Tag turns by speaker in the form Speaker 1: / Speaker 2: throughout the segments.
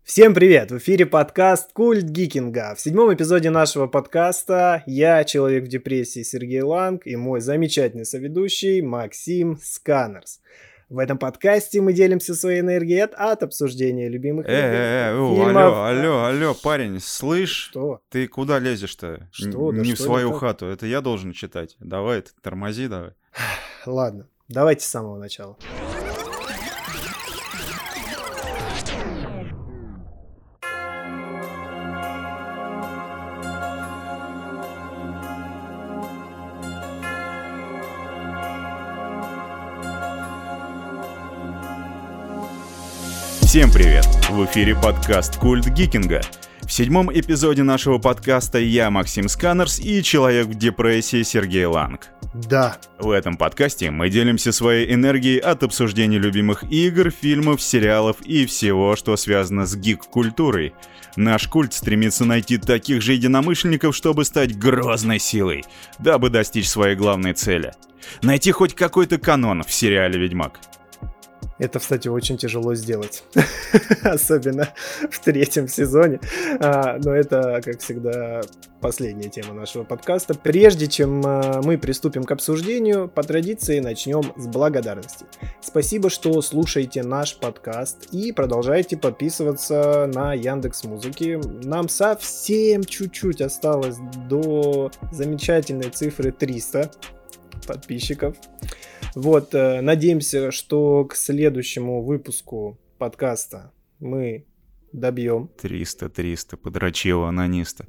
Speaker 1: Всем привет! В эфире подкаст «Культ Гикинга». В 7-м эпизоде нашего подкаста я, человек в депрессии Сергей Ланг, и мой замечательный соведущий Максим Сканерс. В этом подкасте мы делимся своей энергией от обсуждения любимых фильмов.
Speaker 2: Алло, парень, слышь?
Speaker 1: Что?
Speaker 2: Ты куда лезешь-то?
Speaker 1: Что?
Speaker 2: Не
Speaker 1: Да
Speaker 2: в
Speaker 1: что
Speaker 2: свою
Speaker 1: не так?
Speaker 2: хату, это я должен читать. Давай, ты тормози давай.
Speaker 1: Ладно, давайте с самого начала.
Speaker 2: Всем привет! В эфире подкаст «Культ Гикинга». В 7-м эпизоде нашего подкаста я, Максим Сканерс, и человек в депрессии Сергей Ланг.
Speaker 1: Да.
Speaker 2: В этом подкасте мы делимся своей энергией от обсуждения любимых игр, фильмов, сериалов и всего, что связано с гик-культурой. Наш культ стремится найти таких же единомышленников, чтобы стать грозной силой, дабы достичь своей главной цели. Найти хоть какой-то канон в сериале «Ведьмак».
Speaker 1: Это, кстати, очень тяжело сделать, особенно в 3-м сезоне, но это, как всегда, последняя тема нашего подкаста. Прежде чем мы приступим к обсуждению, по традиции начнем с благодарности. Спасибо, что слушаете наш подкаст и продолжаете подписываться на Яндекс.Музыке. Нам совсем чуть-чуть осталось до замечательной цифры 300 подписчиков. Вот, надеемся, что к следующему выпуску подкаста мы добьем.
Speaker 2: 300, подрочила анониста.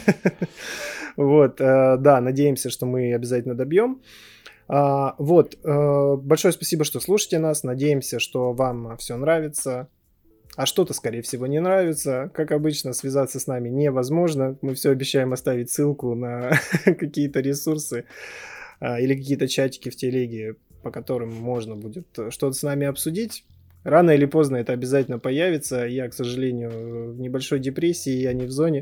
Speaker 1: Вот, да, надеемся, что мы обязательно добьем. Вот, большое спасибо, что слушаете нас. Надеемся, что вам все нравится. А что-то, скорее всего, не нравится. Как обычно, связаться с нами невозможно. Мы все обещаем оставить ссылку на какие-то ресурсы или какие-то чатики в телеге, по которым можно будет что-то с нами обсудить. Рано или поздно это обязательно появится. Я, к сожалению, в небольшой депрессии, я не в зоне.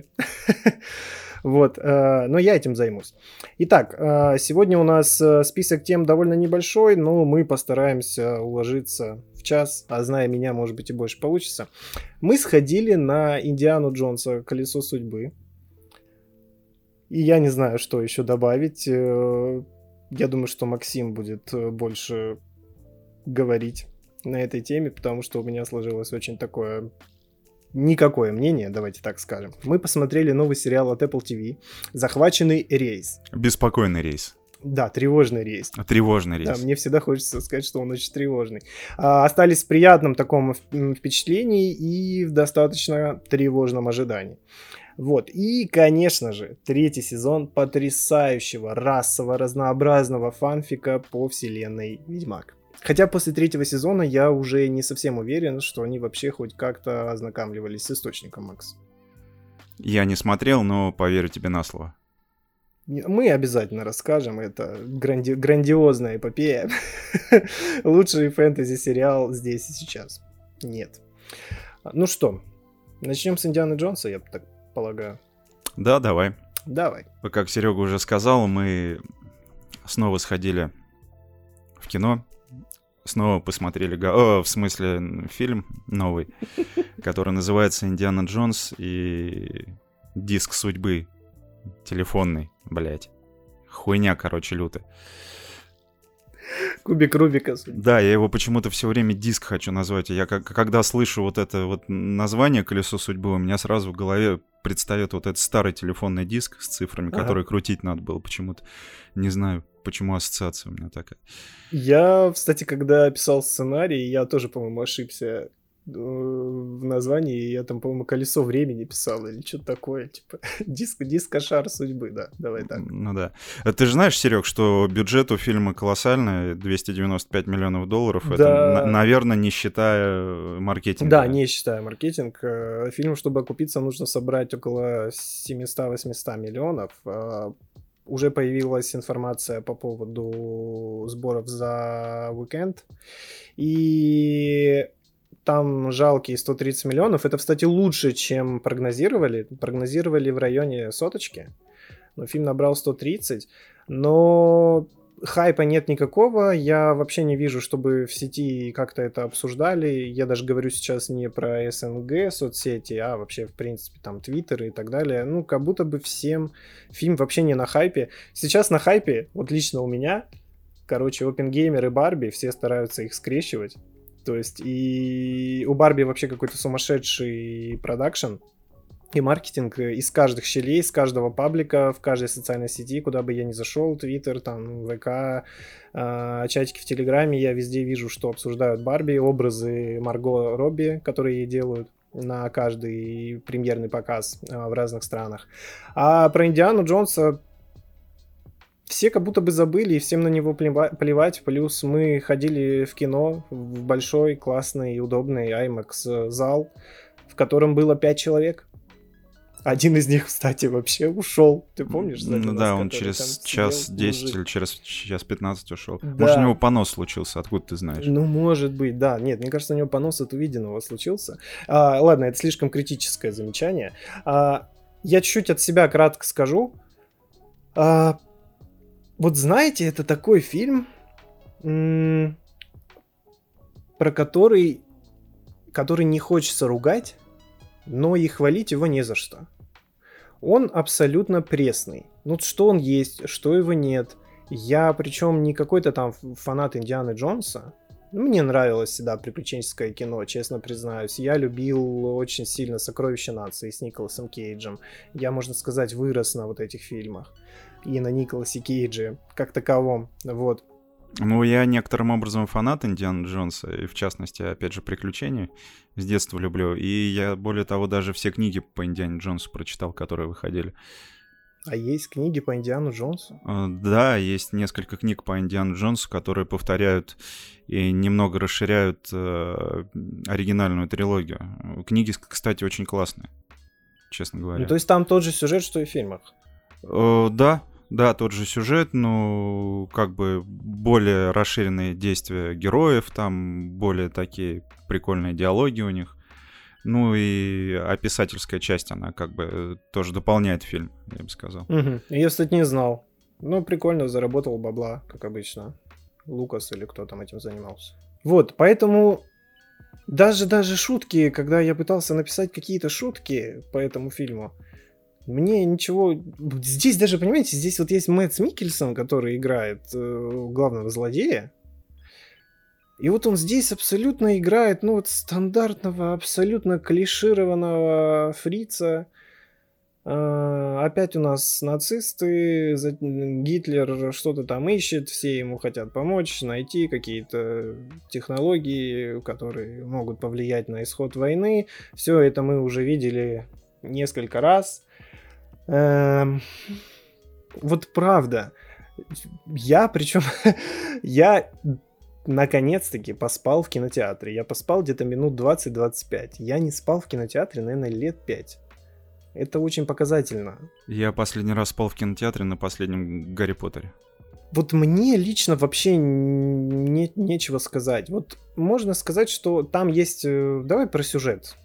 Speaker 1: Вот, но я этим займусь. Итак, сегодня у нас список тем довольно небольшой, но мы постараемся уложиться в час, а зная меня, может быть, и больше получится. Мы сходили на Индиану Джонса «Колесо судьбы». И я не знаю, что еще добавить. Я думаю, что Максим будет больше говорить на этой теме, потому что у меня сложилось очень такое никакое мнение, давайте так скажем. Мы посмотрели новый сериал от Apple TV «Захваченный рейс».
Speaker 2: Беспокойный рейс.
Speaker 1: Да, тревожный рейс.
Speaker 2: Тревожный рейс.
Speaker 1: Да, мне всегда хочется сказать, что он очень тревожный. Остались в приятном таком впечатлении и в достаточно тревожном ожидании. Вот, и, конечно же, 3-й сезон потрясающего расово-разнообразного фанфика по вселенной Ведьмак. Хотя после 3-го сезона я уже не совсем уверен, что они вообще хоть как-то ознакомливались с источником, Макс.
Speaker 2: Я не смотрел, но поверю тебе на слово.
Speaker 1: Мы обязательно расскажем, это грандиозная эпопея. Лучший фэнтези-сериал здесь и сейчас. Нет. Ну что, начнем с Индианы Джонса, я так полагаю.
Speaker 2: Да, давай.
Speaker 1: Давай.
Speaker 2: Как Серега уже сказал, мы снова сходили в кино, снова посмотрели, в смысле, фильм новый, который называется «Индиана Джонс и диск судьбы» телефонный, блять. Хуйня, короче, лютая.
Speaker 1: Кубик Рубика.
Speaker 2: Да, я его почему-то все время диск хочу назвать. Я когда слышу вот это вот название «Колесо судьбы», у меня сразу в голове предстает вот этот старый телефонный диск с цифрами, который крутить надо было почему-то. Не знаю, почему ассоциация у меня такая. Я,
Speaker 1: кстати, когда писал сценарий, я тоже, по-моему, ошибся в названии. Я там, по-моему, «Колесо времени» писал или что-то такое. Типа дискошар судьбы, да. Давай так.
Speaker 2: Ну да. Ты же знаешь, Серег, что бюджет у фильма колоссальный, $295 миллионов.
Speaker 1: Да.
Speaker 2: Это, наверное, не считая маркетинга.
Speaker 1: Да, не считая маркетинг. Фильм, чтобы окупиться, нужно собрать около 700-800 миллионов. Уже появилась информация по поводу сборов за уикенд. И там жалкие 130 миллионов. Это, кстати, лучше, чем прогнозировали. Прогнозировали в районе соточки. Но фильм набрал 130. Но хайпа нет никакого, я вообще не вижу, чтобы в сети как-то это обсуждали. Я даже говорю сейчас не про СНГ соцсети, а вообще, в принципе, там, Твиттер и так далее. Ну, как будто бы всем фильм вообще не на хайпе. Сейчас на хайпе, вот лично у меня, короче, Оппенгеймер и Барби, все стараются их скрещивать. То есть и у Барби вообще какой-то сумасшедший продакшн и маркетинг из каждых щелей, из каждого паблика, в каждой социальной сети, куда бы я ни зашел, Твиттер, там, ВК, чатики в Телеграме, я везде вижу, что обсуждают Барби, образы Марго Робби, которые ей делают на каждый премьерный показ в разных странах. А про Индиану Джонса все как будто бы забыли, и всем на него плевать. Плюс мы ходили в кино, в большой, классный и удобный IMAX зал, в котором было 5 человек. Один из них, кстати, вообще ушел. Ты помнишь?
Speaker 2: Ну да, он через час 10 или через час 15 ушел. Да. Может, у него понос случился, откуда ты знаешь?
Speaker 1: Ну, может быть, да. Нет, мне кажется, у него понос от увиденного случился. Ладно, это слишком критическое замечание. Я чуть-чуть от себя кратко скажу. Вот знаете, это такой фильм, про который не хочется ругать, но и хвалить его не за что. Он абсолютно пресный. Ну, что он есть, что его нет. Я, причем, не какой-то там фанат Индианы Джонса. Мне нравилось всегда приключенческое кино, честно признаюсь. Я любил очень сильно «Сокровища нации» с Николасом Кейджем. Я, можно сказать, вырос на вот этих фильмах. И на Николасе Кейдже, как таковом. Вот.
Speaker 2: Ну, я некоторым образом фанат Индианы Джонса, и в частности, опять же, приключений с детства люблю. И я, более того, даже все книги по Индиане Джонсу прочитал, которые выходили.
Speaker 1: А есть книги по Индиану Джонсу?
Speaker 2: Да, есть несколько книг по Индиану Джонсу, которые повторяют и немного расширяют оригинальную трилогию. Книги, кстати, очень классные, честно говоря.
Speaker 1: Ну, то есть там тот же сюжет, что и в фильмах?
Speaker 2: Да, тот же сюжет, но как бы более расширенные действия героев, там более такие прикольные диалоги у них. Ну и описательская часть, она как бы тоже дополняет фильм, я бы сказал.
Speaker 1: Угу. Я, кстати, не знал. Ну, прикольно, заработал бабла, как обычно. Лукас или кто там этим занимался. Вот, поэтому даже шутки, когда я пытался написать какие-то шутки по этому фильму, мне ничего... Здесь даже, понимаете, здесь вот есть Мэтт Миккельсон, который играет главного злодея. И вот он здесь абсолютно играет, ну вот стандартного, абсолютно клишированного фрица. Опять у нас нацисты, Гитлер что-то там ищет, все ему хотят помочь, найти какие-то технологии, которые могут повлиять на исход войны. Все это мы уже видели несколько раз. Вот правда. Я наконец-таки поспал в кинотеатре. Я поспал где-то минут 20-25. Я не спал в кинотеатре, наверное, лет 5. Это очень показательно.
Speaker 2: Я последний раз спал в кинотеатре на последнем Гарри Поттере.
Speaker 1: Вот мне лично вообще нечего сказать. Вот можно сказать, что там есть... Давай про сюжет.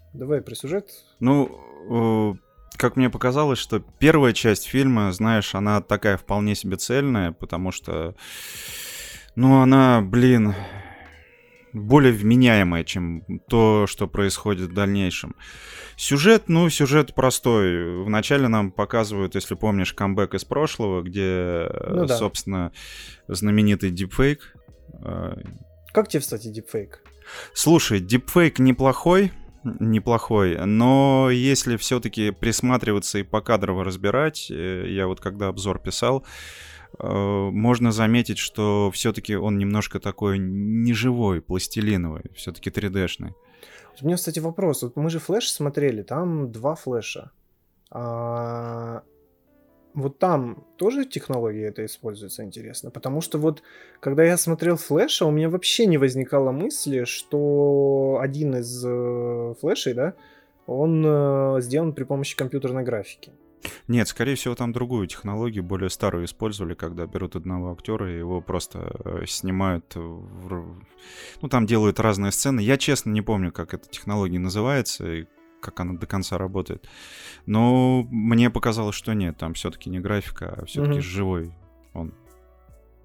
Speaker 2: Ну, как мне показалось, что первая часть фильма, знаешь, она такая вполне себе цельная, потому что, ну, она, более вменяемая, чем то, что происходит в дальнейшем. Сюжет простой. Вначале нам показывают, если помнишь, камбэк из прошлого, где, собственно, знаменитый дипфейк.
Speaker 1: Как тебе, кстати, дипфейк?
Speaker 2: Слушай, дипфейк неплохой, но если все-таки присматриваться и покадрово разбирать, я вот когда обзор писал, можно заметить, что все-таки он немножко такой неживой, пластилиновый, все-таки 3D-шный.
Speaker 1: У меня, кстати, вопрос. Вот мы же флэш смотрели, там 2 флэша. Вот там тоже технология это используется, интересно? Потому что вот, когда я смотрел флэша, у меня вообще не возникало мысли, что один из флэшей, да, он сделан при помощи компьютерной графики.
Speaker 2: Нет, скорее всего, там другую технологию, более старую использовали, когда берут одного актера и его просто снимают. Ну, там делают разные сцены. Я, честно, не помню, как эта технология называется и как она до конца работает. Но мне показалось, что нет, там все-таки не графика, а все-таки живой он.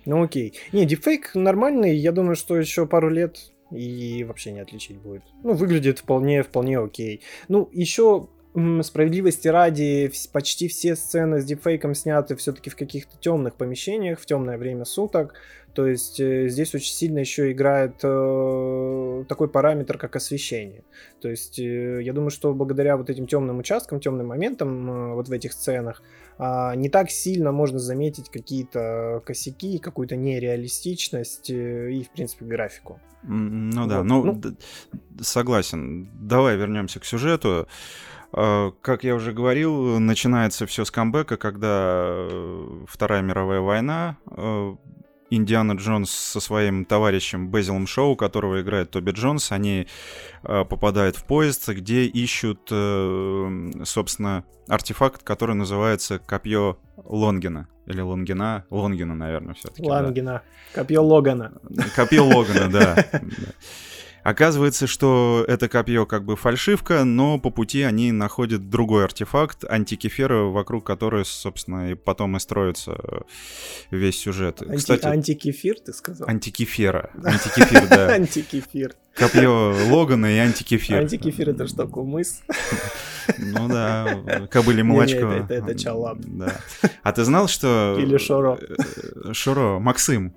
Speaker 1: Ну окей. Не, дипфейк нормальный, я думаю, что еще пару лет и вообще не отличить будет. Ну, выглядит вполне окей. Ну, еще справедливости ради, почти все сцены с дипфейком сняты все-таки в каких-то темных помещениях, в темное время суток. То есть здесь очень сильно еще играет такой параметр, как освещение. То есть я думаю, что благодаря вот этим темным участкам, темным моментам вот в этих сценах не так сильно можно заметить какие-то косяки, какую-то нереалистичность и, в принципе, графику.
Speaker 2: Ну да, согласен. Давай вернемся к сюжету. Как я уже говорил, начинается все с камбэка, когда Вторая мировая война. Индиана Джонс со своим товарищем Безилом Шоу, которого играет Тоби Джонс, они попадают в поезд, где ищут, собственно, артефакт, который называется Копье Лонгина. Или Лонгина? Лонгина, наверное, все-таки.
Speaker 1: Лонгина. Да. Копье Логана.
Speaker 2: Копье Логана, да. Оказывается, что это копье как бы фальшивка, но по пути они находят другой артефакт, антикефера, вокруг которой, собственно, и потом и строится весь сюжет.
Speaker 1: Кстати, антикефир, ты сказал?
Speaker 2: Антикефир, да.
Speaker 1: Антикефир.
Speaker 2: Копье Логана и антикефир.
Speaker 1: Антикефир — это что, кумыс?
Speaker 2: Ну да, кобыле молочко.
Speaker 1: Это чалап.
Speaker 2: Да. А ты знал, что...
Speaker 1: Или Шоро.
Speaker 2: Шоро, Максим,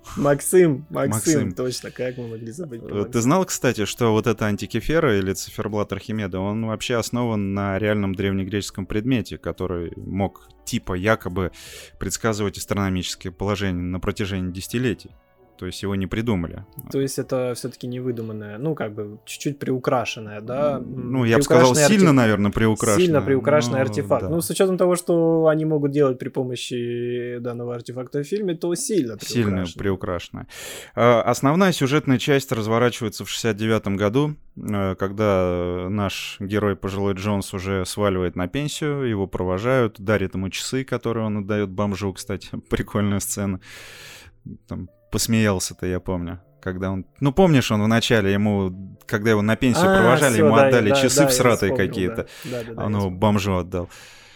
Speaker 1: точно, как мы могли забыть про Максим.
Speaker 2: Ты знал, кстати, что вот это антикефера или циферблат Архимеда, он вообще основан на реальном древнегреческом предмете, который мог типа якобы предсказывать астрономические положения на протяжении десятилетий. То есть его не придумали.
Speaker 1: То есть это все-таки не выдуманное, ну, как бы чуть-чуть приукрашенное, да?
Speaker 2: Ну, я бы сказал, сильно, наверное, приукрашенное.
Speaker 1: Сильно приукрашенный артефакт. Да. Ну, с учетом того, что они могут делать при помощи данного артефакта в фильме, то сильно приукрашенное.
Speaker 2: Сильно приукрашенное. Основная сюжетная часть разворачивается в 69-м году, когда наш герой, пожилой Джонс, уже сваливает на пенсию, его провожают, дарят ему часы, которые он отдает бомжу, кстати, прикольная сцена. Там посмеялся-то, я помню. Когда он... Ну, помнишь, он вначале ему, когда его на пенсию провожали,
Speaker 1: всё,
Speaker 2: ему
Speaker 1: да,
Speaker 2: отдали
Speaker 1: да,
Speaker 2: часы
Speaker 1: да,
Speaker 2: всратые
Speaker 1: вспомнил,
Speaker 2: какие-то.
Speaker 1: Да,
Speaker 2: Он его бомжу отдал.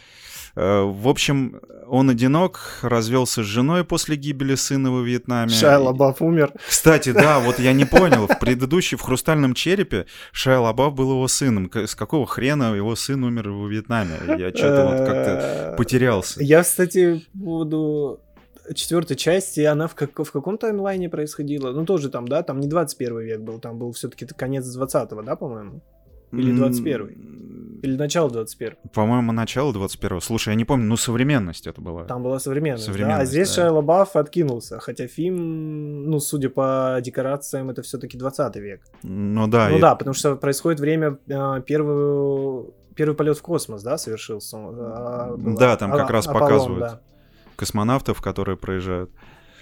Speaker 2: В общем, он одинок, развелся с женой после гибели сына во Вьетнаме.
Speaker 1: Шайя Лабаф умер.
Speaker 2: Кстати, да, вот я не понял, в «Хрустальном черепе» Шайя Лабаф был его сыном. С какого хрена его сын умер во Вьетнаме? Я что-то вот как-то потерялся.
Speaker 1: Я, кстати, буду... 4-й части, она в каком таймлайне происходила? Ну, тоже там, да? Там не 21 век был, там был все-таки конец 20-го, да, по-моему? Или 21-й? Или начало 21-го?
Speaker 2: По-моему, начало 21-го. Слушай, я не помню, ну, современность это была.
Speaker 1: Там была современность, да? А здесь Шайя Лабаф откинулся, хотя фильм, ну, судя по декорациям, это все-таки 20 век.
Speaker 2: Ну, да.
Speaker 1: Ну, да, потому что происходит время первый полет в космос, да, совершился?
Speaker 2: Да, там как раз
Speaker 1: Аполлон,
Speaker 2: показывают.
Speaker 1: Да.
Speaker 2: Космонавтов, которые проезжают.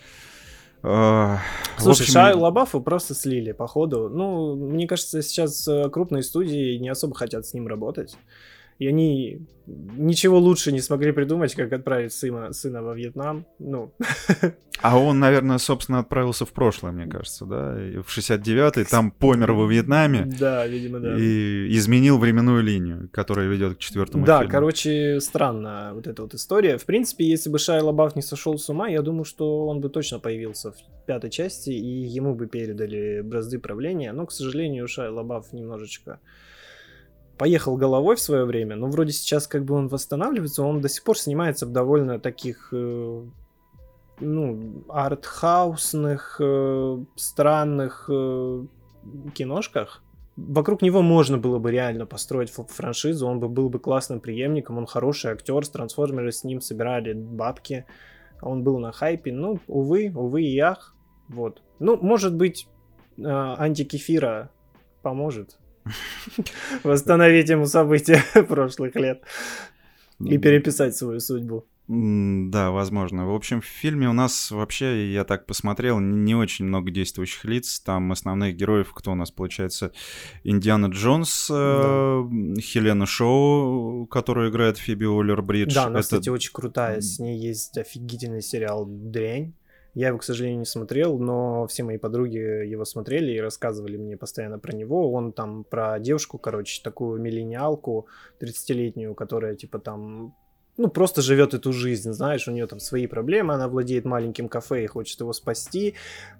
Speaker 1: Слушай, Шайю Лабафу просто слили, походу. Ну, мне кажется, сейчас крупные студии не особо хотят с ним работать. И они ничего лучше не смогли придумать, как отправить сына во Вьетнам. Ну.
Speaker 2: А он, наверное, собственно, отправился в прошлое, мне кажется, да? И в 69-й там помер во Вьетнаме.
Speaker 1: Да, видимо, да.
Speaker 2: И изменил временную линию, которая ведет к 4-му фильму.
Speaker 1: Да, короче, странная вот эта вот история. В принципе, если бы Шайя Лабаф не сошел с ума, я думаю, что он бы точно появился в 5-й части, и ему бы передали бразды правления. Но, к сожалению, Шайя Лабаф немножечко... поехал головой в свое время, но вроде сейчас как бы он восстанавливается, он до сих пор снимается в довольно таких, артхаусных, странных киношках. Вокруг него можно было бы реально построить франшизу, он бы был бы классным преемником, он хороший актер, с «Трансформеры» с ним собирали бабки, он был на хайпе, ну, увы и ах, вот. Ну, может быть, антикефира поможет восстановить ему события прошлых лет и переписать свою судьбу.
Speaker 2: Да, возможно. В общем, в фильме у нас вообще, я так посмотрел, не очень много действующих лиц. Там основных героев, кто у нас получается? Индиана Джонс, Хелена Шоу, которую играет Фиби Уоллер-Бридж.
Speaker 1: Да, она, кстати, очень крутая. С ней есть офигительный сериал «Дрянь». Я его, к сожалению, не смотрел, но все мои подруги его смотрели и рассказывали мне постоянно про него. Он там про девушку, короче, такую миллениалку 30-летнюю, которая типа там ну, просто живет эту жизнь, знаешь, у нее там свои проблемы, она владеет маленьким кафе и хочет его спасти.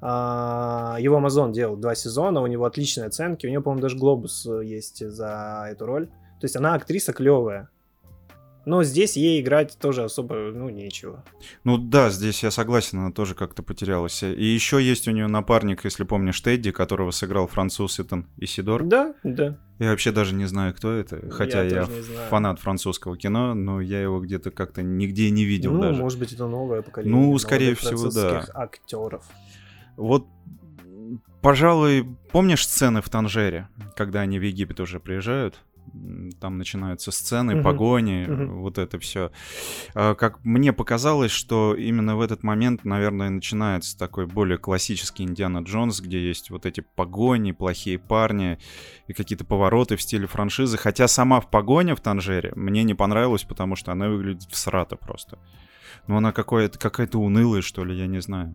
Speaker 1: Его Амазон делал 2 сезона, у него отличные оценки, у нее, по-моему, даже Глобус есть за эту роль. То есть она актриса клевая. Но здесь ей играть тоже особо, ну, нечего.
Speaker 2: Ну да, здесь я согласен, она тоже как-то потерялась. И еще есть у нее напарник, если помнишь, Тедди, которого сыграл француз Итан Исидор.
Speaker 1: Да, да.
Speaker 2: Я вообще даже не знаю, кто это, хотя я фанат французского кино, но я его где-то как-то нигде не видел даже.
Speaker 1: Ну, может быть, это новое поколение.
Speaker 2: Ну, скорее всего, да.
Speaker 1: Актеров.
Speaker 2: Вот, пожалуй, помнишь сцены в Танжере, когда они в Египет уже приезжают? Там начинаются сцены, погони, вот это все. Как мне показалось, что именно в этот момент, наверное, начинается такой более классический Индиана Джонс, где есть вот эти погони, плохие парни и какие-то повороты в стиле франшизы. Хотя сама в погоне в Танжере мне не понравилась, потому что она выглядит всрато просто. Ну, она какая-то унылая, что ли, я не знаю.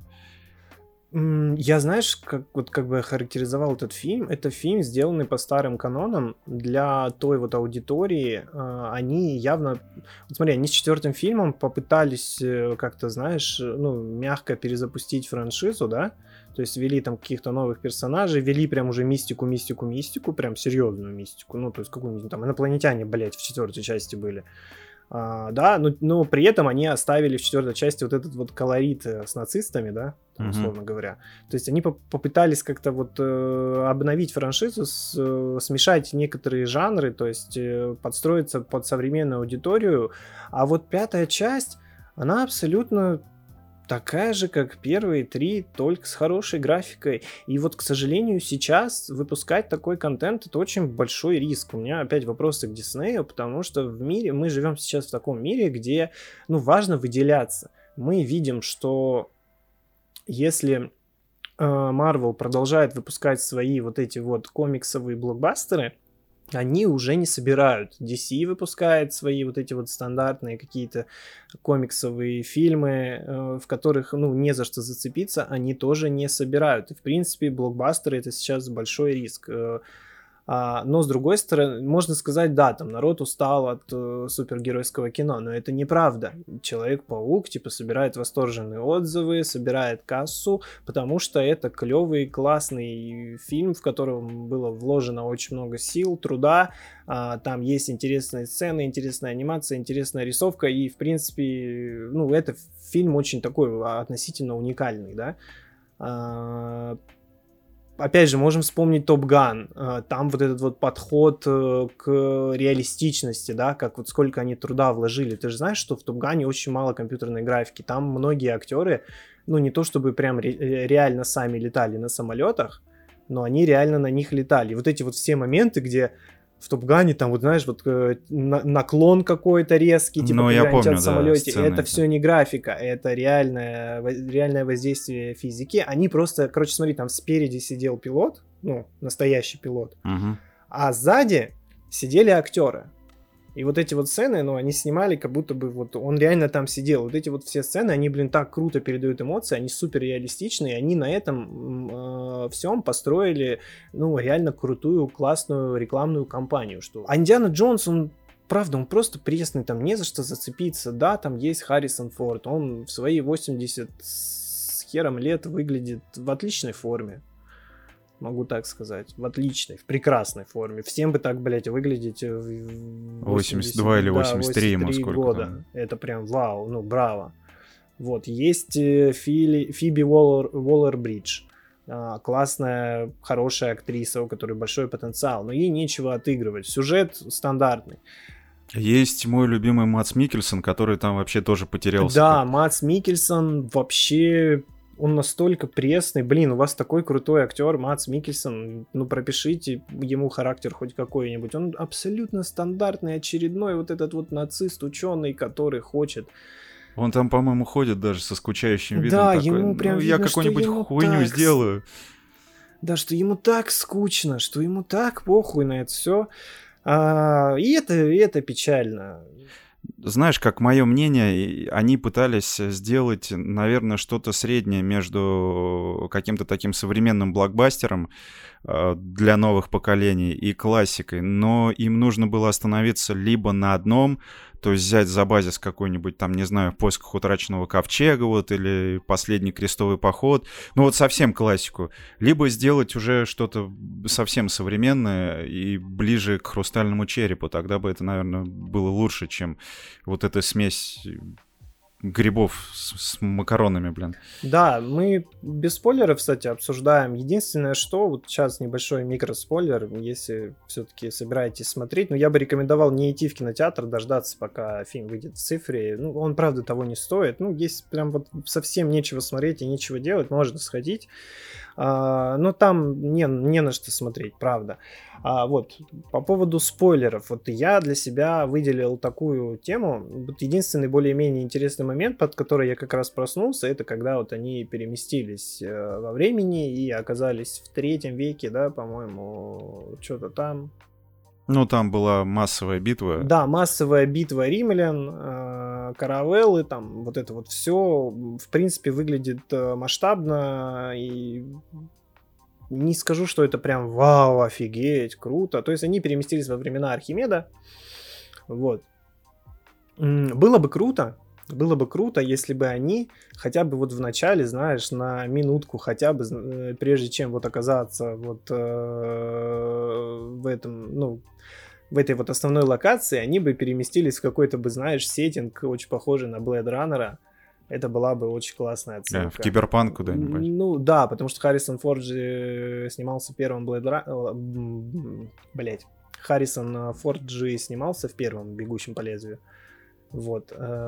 Speaker 1: Я, знаешь, как бы охарактеризовал этот фильм. Это фильм, сделанный по старым канонам для той вот аудитории. Они явно... Вот смотри, они с 4-м фильмом попытались как-то, знаешь, ну, мягко перезапустить франшизу, да? То есть ввели там каких-то новых персонажей, ввели прям уже мистику, прям серьезную мистику. Ну, то есть какую-нибудь там инопланетяне, блять, в 4-й части были. Да, но при этом они оставили в 4-й части вот этот вот колорит с нацистами, да, там, условно говоря. То есть они попытались как-то вот обновить франшизу, смешать некоторые жанры, то есть подстроиться под современную аудиторию. А вот 5-я часть, она абсолютно такая же, как первые 3, только с хорошей графикой. И вот, к сожалению, сейчас выпускать такой контент — это очень большой риск. У меня опять вопросы к Диснею, потому что в мире, мы живем сейчас в таком мире, где, ну, важно выделяться. Мы видим, что если Marvel продолжает выпускать свои вот эти вот комиксовые блокбастеры, они уже не собирают. DC выпускает свои вот эти вот стандартные какие-то комиксовые фильмы, в которых, ну, не за что зацепиться, они тоже не собирают. И, в принципе, блокбастеры — это сейчас большой риск. Но, с другой стороны, можно сказать, да, там народ устал от супергеройского кино, но это неправда. Человек-паук, типа, собирает восторженные отзывы, собирает кассу, потому что это клевый, классный фильм, в котором было вложено очень много сил, труда, там есть интересные сцены, интересная анимация, интересная рисовка, и, в принципе, ну, это фильм очень такой относительно уникальный, да. Опять же, можем вспомнить Топ Ган. Там вот этот вот подход к реалистичности, да, как вот сколько они труда вложили. Ты же знаешь, что в Топ Гане очень мало компьютерной графики. Там многие актеры, ну, не то чтобы прям реально сами летали на самолетах, но они реально на них летали. Вот эти вот все моменты, где в Топ Гане там, вот знаешь, вот наклон какой-то резкий, типа, когда они летят в самолете, это все не графика, это реальное воздействие физики. Они просто, короче, смотри, там спереди сидел пилот, ну, настоящий пилот, а сзади сидели актеры. И вот эти вот сцены, ну, они снимали, как будто бы вот он реально там сидел. Вот эти вот все сцены, они, блин, так круто передают эмоции, они супер реалистичные, они на этом всем построили, ну, реально крутую, классную рекламную кампанию. Что... А Индиана Джонс, он, правда, он просто пресный, там не за что зацепиться. Да, там есть Харрисон Форд, он в свои 80 с хером лет выглядит в отличной форме. Могу так сказать. В отличной, в прекрасной форме. Всем бы так, блядь, выглядеть в
Speaker 2: 82 или 83 ему сколько
Speaker 1: года. Там. Это прям вау, ну, браво. Вот, есть Фиби Уоллер-Бридж. Классная, хорошая актриса, у которой большой потенциал, но ей нечего отыгрывать. Сюжет стандартный.
Speaker 2: Есть мой любимый Мадс Миккельсон, который там вообще тоже потерялся.
Speaker 1: Да, Мадс Миккельсон вообще... Он настолько пресный. Блин, у вас такой крутой актер, Мадс Миккельсон. Ну, пропишите ему характер хоть какой-нибудь. Он абсолютно стандартный, очередной вот этот вот нацист, ученый, который хочет...
Speaker 2: Он там, по-моему, ходит даже со скучающим видом.
Speaker 1: Да,
Speaker 2: такой,
Speaker 1: ему прям видно,
Speaker 2: я какую-нибудь хуйню так... сделаю.
Speaker 1: Да, что ему так скучно, что ему так похуй на это все. И это печально.
Speaker 2: знаешь, как мое мнение, они пытались сделать, наверное, что-то среднее между каким-то таким современным блокбастером для новых поколений и классикой, но им нужно было остановиться либо на одном, то есть взять за базис какой-нибудь там, не знаю, «В поисках утраченного ковчега», вот, или «Последний крестовый поход», ну вот совсем классику, либо сделать уже что-то совсем современное и ближе к «Хрустальному черепу», тогда бы это, наверное, было лучше, чем вот эта смесь грибов с макаронами, блин.
Speaker 1: Да, мы без спойлеров, кстати, обсуждаем. Единственное, что вот сейчас небольшой микроспойлер, если все-таки собираетесь смотреть, но я бы рекомендовал не идти в кинотеатр, дождаться, пока фильм выйдет в цифре. Ну, он, правда, того не стоит. Ну, если прям вот совсем нечего смотреть и нечего делать, можно сходить. Но там не на что смотреть, правда. Вот, по поводу спойлеров. Вот я для себя выделил такую тему. Вот единственный более-менее интересный момент, под который я как раз проснулся, это когда вот они переместились во времени и оказались в 3 веке, да, по-моему, что-то там.
Speaker 2: Ну, там была массовая битва.
Speaker 1: Да, массовая битва римлян, каравеллы, там вот это вот все, в принципе, выглядит масштабно, и не скажу, что это прям вау, офигеть, круто. То есть они переместились во времена Архимеда, вот. Было бы круто, если бы они хотя бы вот в начале, знаешь, на минутку хотя бы, прежде чем вот оказаться вот в этом, ну, в этой вот основной локации, они бы переместились в какой-то бы, знаешь, сеттинг, очень похожий на Blade Runner. Это была бы очень классная отсылка.
Speaker 2: В Киберпанк куда-нибудь.
Speaker 1: Ну да, потому что Харрисон Форд же снимался в первом Blade Runner. Блять. Харрисон Форд же снимался в первом «Бегущем по лезвию». Вот.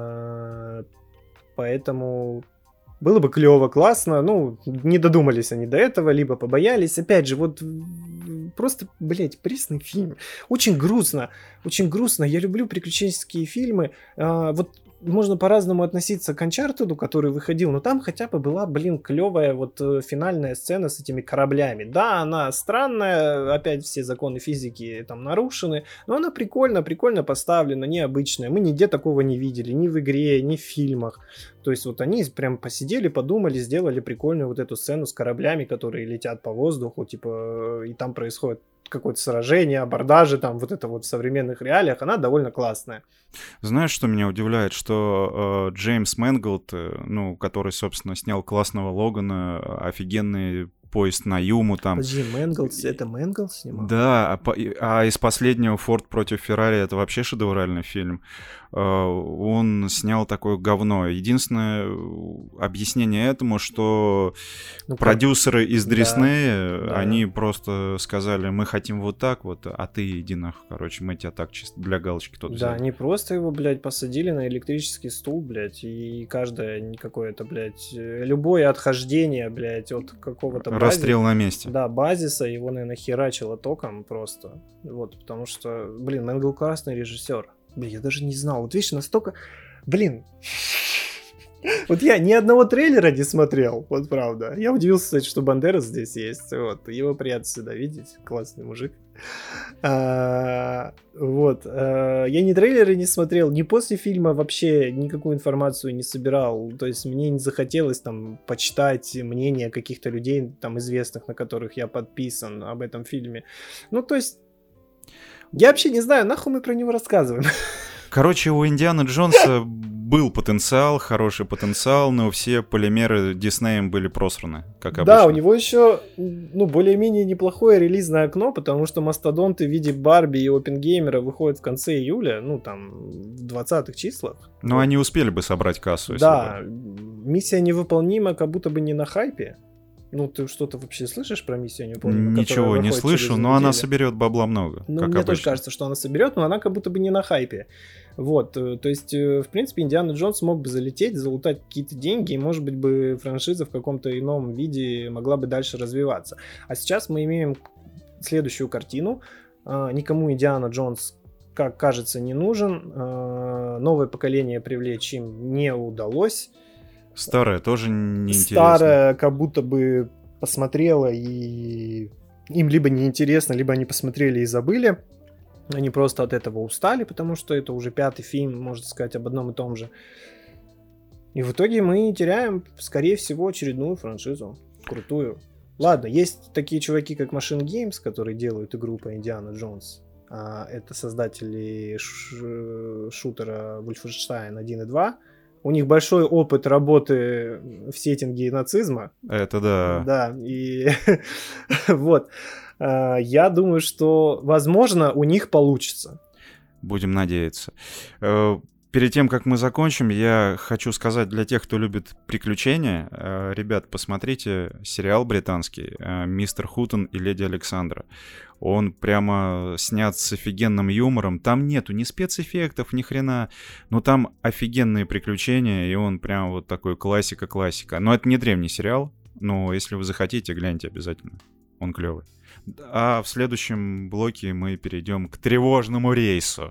Speaker 1: Поэтому было бы клево, классно. Ну, не додумались они до этого, либо побоялись. Опять же, вот просто, блять, пресный фильм. Очень грустно. Очень грустно. Я люблю приключенческие фильмы. Вот можно по-разному относиться к Uncharted, который выходил, но там хотя бы была, блин, клевая вот финальная сцена с этими кораблями. Да, она странная, опять все законы физики там нарушены, но она прикольно поставлена, необычная. Мы нигде такого не видели, ни в игре, ни в фильмах. То есть вот они прям посидели, подумали, сделали прикольную вот эту сцену с кораблями, которые летят по воздуху, типа, и там происходит какое-то сражение, абордажи, там вот это вот в современных реалиях, она довольно классная.
Speaker 2: Знаешь, что меня удивляет? Что Джеймс Мэнголд, ну, который, собственно, снял классного Логана, офигенный поезд на Юму там.
Speaker 1: Подожди, Мэнголд, это Мэнголд снимал?
Speaker 2: Да, а из последнего «Форд против Феррари» это вообще шедевральный фильм. Он снял такое говно. Единственное объяснение этому, что продюсеры из Диснея, они просто сказали, мы хотим вот так вот, а ты иди нахуй, короче, мы тебя так чисто для галочки тут взяли.
Speaker 1: Да, они просто его, блядь, посадили на электрический стул, блядь, и каждое какое-то, блядь, любое отхождение, блядь, от какого-то базиса.
Speaker 2: Расстрел на месте.
Speaker 1: Да, базиса, его, наверное, херачило током просто. Вот, потому что, блин, Мэнгл классный режиссер. Блин, я даже не знал. Вот видишь, настолько... Блин. Вот я ни одного трейлера не смотрел, вот правда. Я удивился, кстати, что Бандерас здесь есть. Вот, его приятно всегда видеть. Классный мужик. Вот. Я ни трейлеры не смотрел, ни после фильма вообще никакую информацию не собирал. То есть мне не захотелось там почитать мнения каких-то людей, там, известных, на которых я подписан об этом фильме. Ну, то есть я вообще не знаю, нахуй мы про него рассказываем.
Speaker 2: Короче, у Индианы Джонса был потенциал, хороший потенциал, но все полимеры Диснеем были просраны, как обычно.
Speaker 1: Да, у него еще, ну, более-менее неплохое релизное окно, потому что мастодонты в виде Барби и Оппенгеймера выходят в конце июля, ну, там, в 20-х числах.
Speaker 2: Но они успели бы собрать кассу, если
Speaker 1: да,
Speaker 2: бы.
Speaker 1: Миссия невыполнима, как будто бы не на хайпе. Ну, ты что-то вообще слышишь про миссию невыполнима?
Speaker 2: Ничего не слышу, но она соберет бабла много,
Speaker 1: ну,
Speaker 2: как
Speaker 1: мне
Speaker 2: обычно.
Speaker 1: тоже кажется, что она соберет, но она как будто бы не на хайпе. Вот, то есть, в принципе, Индиана Джонс мог бы залететь, залутать какие-то деньги, и, может быть, бы франшиза в каком-то ином виде могла бы дальше развиваться. А сейчас мы имеем следующую картину. Никому Индиана Джонс, как кажется, не нужен. Новое поколение привлечь им не удалось.
Speaker 2: Старая тоже неинтересно.
Speaker 1: Старая как будто бы посмотрела, и им либо неинтересно, либо они посмотрели и забыли. Они просто от этого устали, потому что это уже 5-й фильм, можно сказать, об одном и том же. И в итоге мы теряем, скорее всего, очередную франшизу. Крутую. Ладно, есть такие чуваки, как Machine Games, которые делают игру по Индиана Джонс. Это создатели шутера Wolfenstein 1 и 2. У них большой опыт работы в сеттинге нацизма.
Speaker 2: Это да.
Speaker 1: Да, и вот. Я думаю, что, возможно, у них получится.
Speaker 2: Будем надеяться. Перед тем, как мы закончим, я хочу сказать для тех, кто любит приключения, ребят, посмотрите сериал британский «Мистер Хутон и леди Александра». Он прямо снят с офигенным юмором. Там нету ни спецэффектов, ни хрена. Но там офигенные приключения, и он прям вот такой классика-классика. Но это не древний сериал, но если вы захотите, гляньте обязательно. Он клевый. А в следующем блоке мы перейдем к тревожному рейсу.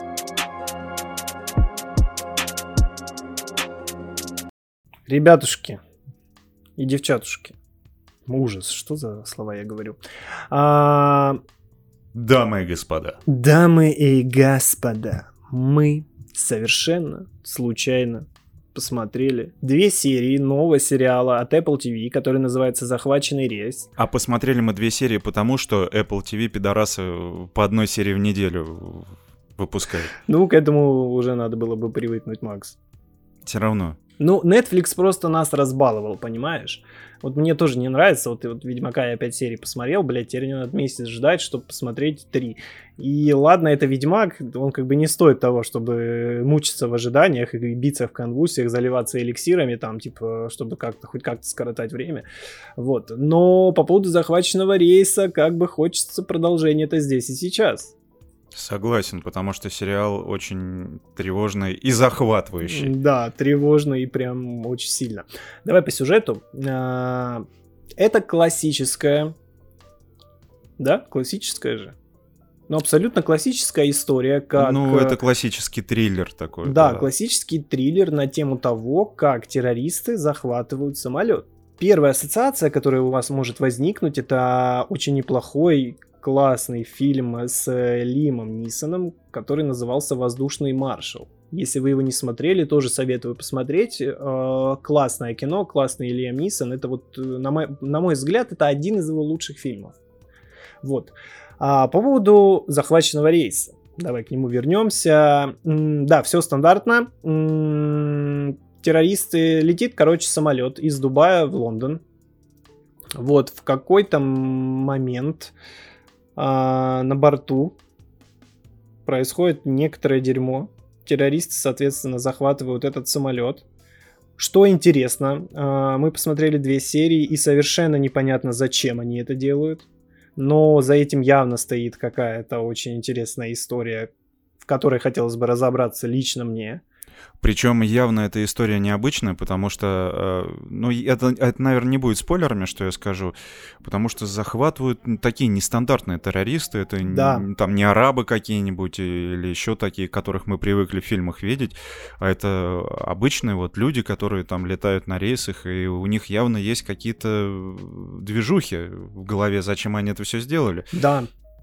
Speaker 1: Ребятушки и девчатушки. Ужас, что за слова я говорю?
Speaker 2: Дамы и господа.
Speaker 1: Дамы и господа, мы совершенно случайно посмотрели 2 серии нового сериала от Apple TV, который называется «Захваченный рейс».
Speaker 2: А посмотрели мы 2 серии потому, что Apple TV пидорасы по 1 серии в неделю выпускают.
Speaker 1: Ну, к этому уже надо было бы привыкнуть, Макс.
Speaker 2: Все равно.
Speaker 1: Ну, Netflix просто нас разбаловал, понимаешь? Вот мне тоже не нравится, вот Ведьмака я 5 серий посмотрел, блядь, теперь мне надо месяц ждать, чтобы посмотреть 3. И ладно, это Ведьмак, он как бы не стоит того, чтобы мучиться в ожиданиях и биться в конвульсиях, заливаться эликсирами, там, типа, чтобы как-то, хоть как-то скоротать время. Вот. Но по поводу захваченного рейса, как бы хочется продолжения-то здесь и сейчас.
Speaker 2: Согласен, потому что сериал очень тревожный и захватывающий.
Speaker 1: Да, тревожный и прям очень сильно. Давай по сюжету. Это классическая... Да, классическая же. Ну, абсолютно классическая история, как...
Speaker 2: Ну, это классический триллер такой.
Speaker 1: Да, классический триллер на тему того, как террористы захватывают самолет. Первая ассоциация, которая у вас может возникнуть, это очень неплохой, классный фильм с Лимом Нисоном, который назывался «Воздушный маршал». Если вы его не смотрели, тоже советую посмотреть. Классное кино, классный Лиам Нисон. Это вот, на мой взгляд, это один из его лучших фильмов. Вот. По поводу захваченного рейса. Давай к нему вернемся. Да, все стандартно. Террористы... Летит, короче, самолет из Дубая в Лондон. Вот, в какой-то момент... на борту происходит некоторое дерьмо. Террористы, соответственно, захватывают этот самолет. Что интересно, мы посмотрели 2 серии, и совершенно непонятно, зачем они это делают. Но за этим явно стоит какая-то очень интересная история, в которой хотелось бы разобраться лично мне.
Speaker 2: Причем явно эта история необычная, потому что, ну, это, наверное, не будет спойлерами, что я скажу, потому что захватывают такие нестандартные террористы, это там не арабы какие-нибудь или еще такие, которых мы привыкли в фильмах видеть, а это обычные вот люди, которые там летают на рейсах, и у них явно есть какие-то движухи в голове, зачем они это все сделали.
Speaker 1: Да.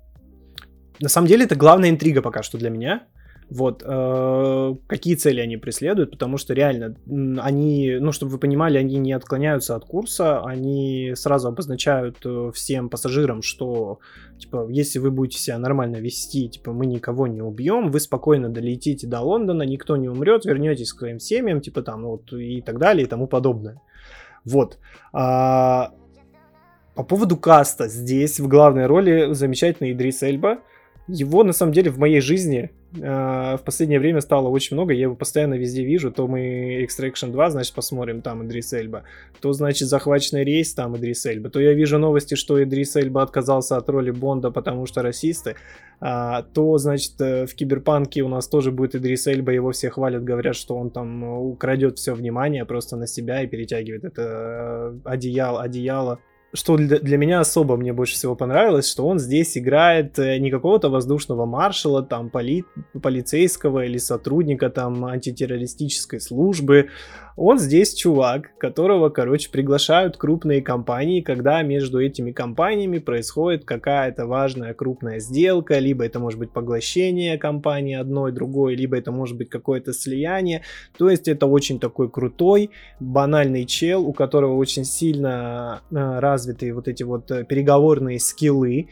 Speaker 1: На самом деле это главная интрига пока что для меня. Вот, какие цели они преследуют, потому что реально они, ну, чтобы вы понимали, они не отклоняются от курса, они сразу обозначают всем пассажирам, что, типа, если вы будете себя нормально вести, типа, мы никого не убьем, вы спокойно долетите до Лондона, никто не умрет, вернетесь к своим семьям, типа, там, вот, и так далее, и тому подобное. Вот. По поводу каста, здесь в главной роли замечательный Идрис Эльба. Его, на самом деле, в моей жизни в последнее время стало очень много, я его постоянно везде вижу, то мы Extraction 2, значит, посмотрим, там Идрис Эльба, то, значит, захваченный рейс, там Идрис Эльба, то я вижу новости, что Идрис Эльба отказался от роли Бонда, потому что расисты, то, значит, в Киберпанке у нас тоже будет Идрис Эльба, его все хвалят, говорят, что он там украдет все внимание просто на себя и перетягивает это одеяло. Что для меня особо мне больше всего понравилось, что он здесь играет не какого-то воздушного маршала, там полицейского или сотрудника там антитеррористической службы, Он здесь чувак, которого, короче, приглашают крупные компании, когда между этими компаниями происходит какая-то важная крупная сделка, либо это может быть поглощение компании одной, другой, либо это может быть какое-то слияние. То есть это очень такой крутой, банальный чел, у которого очень сильно развиты вот эти вот переговорные скиллы.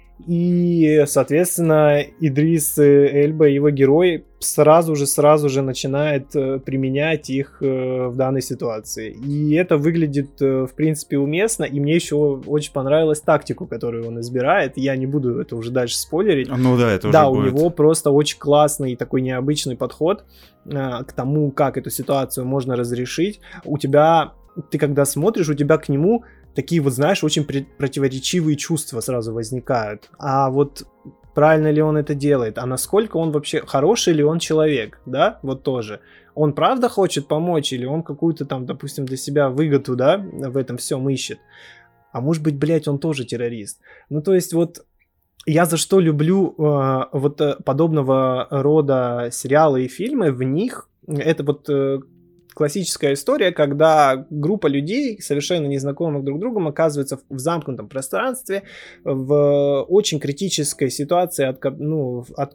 Speaker 1: И, соответственно, Идрис Эльба, его герой, сразу же начинает применять их в данной ситуации. И это выглядит, в принципе, уместно. И мне еще очень понравилась тактику, которую он избирает. Я не буду это уже дальше спойлерить.
Speaker 2: Ну да, это уже
Speaker 1: да,
Speaker 2: будет.
Speaker 1: У него просто очень классный такой необычный подход к тому, как эту ситуацию можно разрешить. Ты когда смотришь, у тебя к нему такие вот, знаешь, очень противоречивые чувства сразу возникают. А вот правильно ли он это делает? А насколько он вообще, хороший ли он человек, да? Вот тоже. Он правда хочет помочь или он какую-то там, допустим, для себя выгоду, да, в этом всем ищет? А может быть, блядь, он тоже террорист? Ну, то есть вот я за что люблю вот подобного рода сериалы и фильмы, в них это вот... классическая история, когда группа людей, совершенно незнакомых друг другом, оказывается в замкнутом пространстве, в очень критической ситуации, в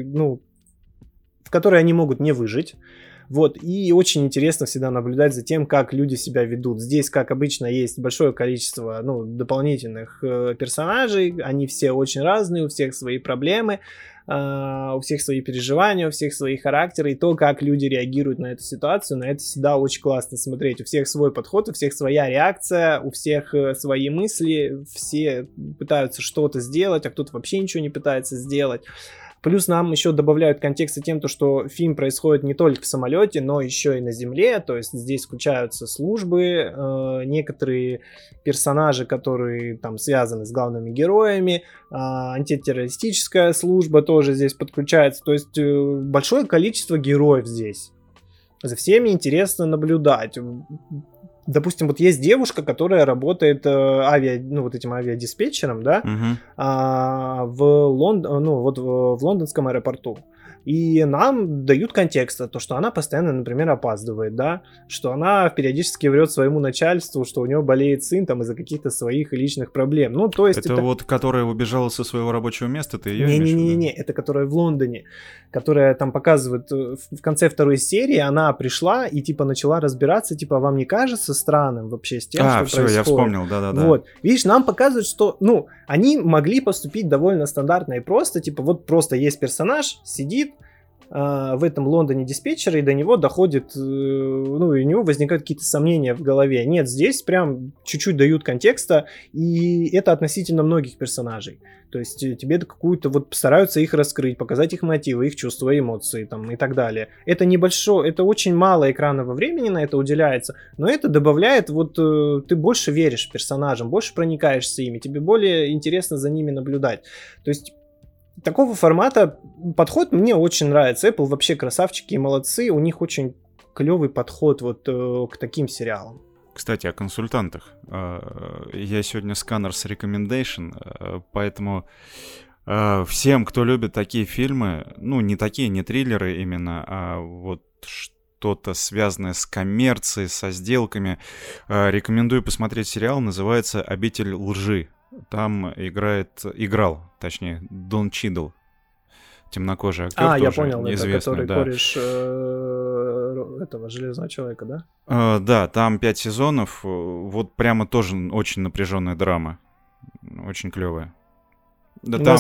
Speaker 1: которой они могут не выжить. Вот, и очень интересно всегда наблюдать за тем, как люди себя ведут. Здесь, как обычно, есть большое количество дополнительных персонажей, они все очень разные, у всех свои проблемы, у всех свои переживания, у всех свои характеры, и то, как люди реагируют на эту ситуацию, на это всегда очень классно смотреть. У всех свой подход, у всех своя реакция, у всех свои мысли, все пытаются что-то сделать, а кто-то вообще ничего не пытается сделать. Плюс нам еще добавляют контекста тем, что фильм происходит не только в самолете, но еще и на земле, то есть здесь включаются службы, некоторые персонажи, которые там связаны с главными героями, антитеррористическая служба тоже здесь подключается, то есть большое количество героев здесь. За всеми интересно наблюдать. Допустим, вот есть девушка, которая работает этим авиадиспетчером, да, в лондонском аэропорту. И нам дают контекст, то, что она постоянно, например, опаздывает, да, что она периодически врет своему начальству, что у нее болеет сын там из-за каких-то своих личных проблем. Ну, то есть
Speaker 2: это вот, которая убежала со своего рабочего места, ты ее имеешь в виду?
Speaker 1: Не-не-не, это которая в Лондоне, которая там показывает в конце второй серии, она пришла и типа начала разбираться, типа, вам не кажется странным вообще с тем, что
Speaker 2: все,
Speaker 1: происходит?
Speaker 2: я вспомнил, да-да-да.
Speaker 1: Вот, видишь, нам показывают, что, они могли поступить довольно стандартно и просто, типа, вот просто есть персонаж, сидит в этом Лондоне диспетчера, и до него доходит, и у него возникают какие-то сомнения в голове. Нет, здесь прям чуть-чуть дают контекста, и это относительно многих персонажей. То есть тебе какую-то стараются их раскрыть, показать их мотивы, их чувства, эмоции там, и так далее. Это небольшое, это очень мало экранного времени на это уделяется, но это добавляет, ты больше веришь персонажам, больше проникаешься ими, тебе более интересно за ними наблюдать. То есть такого формата подход мне очень нравится. Apple вообще красавчики и молодцы. У них очень клевый подход к таким сериалам.
Speaker 2: Кстати, о консультантах. Я сегодня Scanners Recommendation, поэтому всем, кто любит такие фильмы, не такие, не триллеры именно, а вот что-то связанное с коммерцией, со сделками, рекомендую посмотреть сериал, называется «Обитель лжи». Там играл Дон Чидл, темнокожий актер,
Speaker 1: я понял,
Speaker 2: известный,
Speaker 1: это который кореш этого Железного человека, да?
Speaker 2: Да, там 5 сезонов, вот прямо тоже очень напряженная драма, очень клевая. Да, там